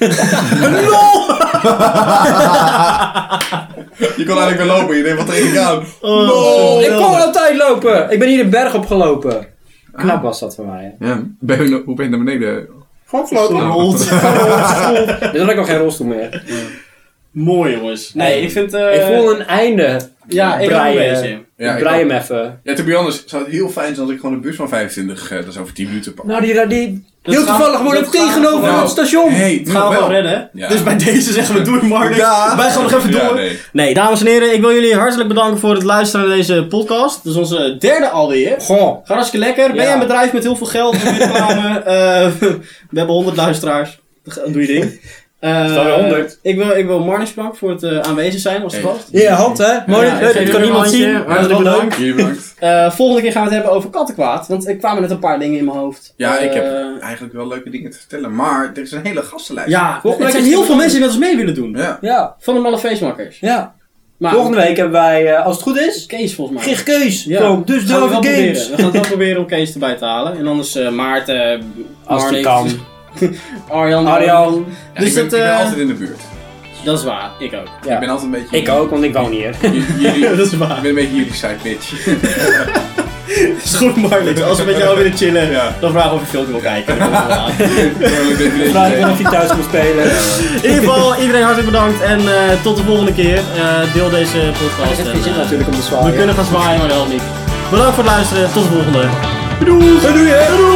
Je kon eigenlijk weer lopen, je deed wat tegen gaan. Oh, No. Ik kon altijd lopen. Ik ben hier de berg opgelopen. Knap was dat voor mij. Hè? Ja, ben je, hoe ben je naar beneden? Gewoon gelopen. Gerold. Dit had ik nog geen rolstoel meer. Mooi jongens. Nee, Hey, ik vind... eh, Ik voel een einde. Ja, ik ook een breien. beetje. Ja, ik ik brei ook. hem even. Ja, to be honest, zou het heel fijn zijn als ik gewoon een bus van vijfentwintig, uh, dat is over tien minuten pak. Nou, die, die Dat heel gaat- toevallig gewoon dat tegenover gaat- het station. Hey, Het gaan we wel redden. Ja. Dus bij deze zeggen we doei Marnix. Ja. Wij gaan nog even door. Ja, nee. nee. dames en heren, ik wil jullie hartelijk bedanken voor het luisteren naar deze podcast. Dat is onze derde alweer. Goh. Gaat hartstikke lekker. Ben Ja. jij een bedrijf met heel veel geld? Wil je reclame? Eh, we hebben honderd luisteraars. Doe je ding. Eh, Staan we honderd. Ik wil, ik wil Marnix bedanken voor het eh, aanwezig zijn. Was het Hey. vast? Ja, hand hè. Mooi. Ja, ik het geef kan jullie niemand een zien. handje. Hartelijk Hartelijk bedankt. Jullie bedankt. Eh, volgende keer gaan we het hebben over kattenkwaad. Want er kwamen net een paar dingen in mijn hoofd. Ja, ik heb Eh, eigenlijk wel leuke dingen te vertellen, maar er is een hele gastenlijst. Ja, Volgende er week zijn is heel het veel mensen die met ons mee willen doen. Ja. Ja. Van de malle feestmakkers. Ja. Maar Volgende week hebben wij, eh, als het goed is, Kees volgens mij. Gig Keus. Ja. Van Dus Gaan we, wel Delve proberen. Games. we gaan het wel proberen om Kees erbij te halen. En anders eh, Maarten, Als die Marnix, kan. Arjan. Arjan. Ja, Dus ik, ben, dat, ik ben eh, altijd in de buurt. Dat is waar, ik ook. Ja. Ik ben altijd een beetje... Ik ook, want ik woon hier. J- jullie, dat is ik waar. ben een beetje jullie side bitch. is goed Marnix, als we met jou willen chillen, Ja. dan vragen we of je filmpje wil kijken. Dan komen we aan. Vraag ik of je thuis moet spelen. In ieder geval, iedereen hartelijk bedankt en eh, tot de volgende keer. Eh, deel deze Er podcast. zit en, geen zin eh, natuurlijk om te we zwaaien. kunnen gaan zwaaien, maar dat helpt niet. Bedankt voor het luisteren, tot de volgende. Doei! Doei, hè. Doei!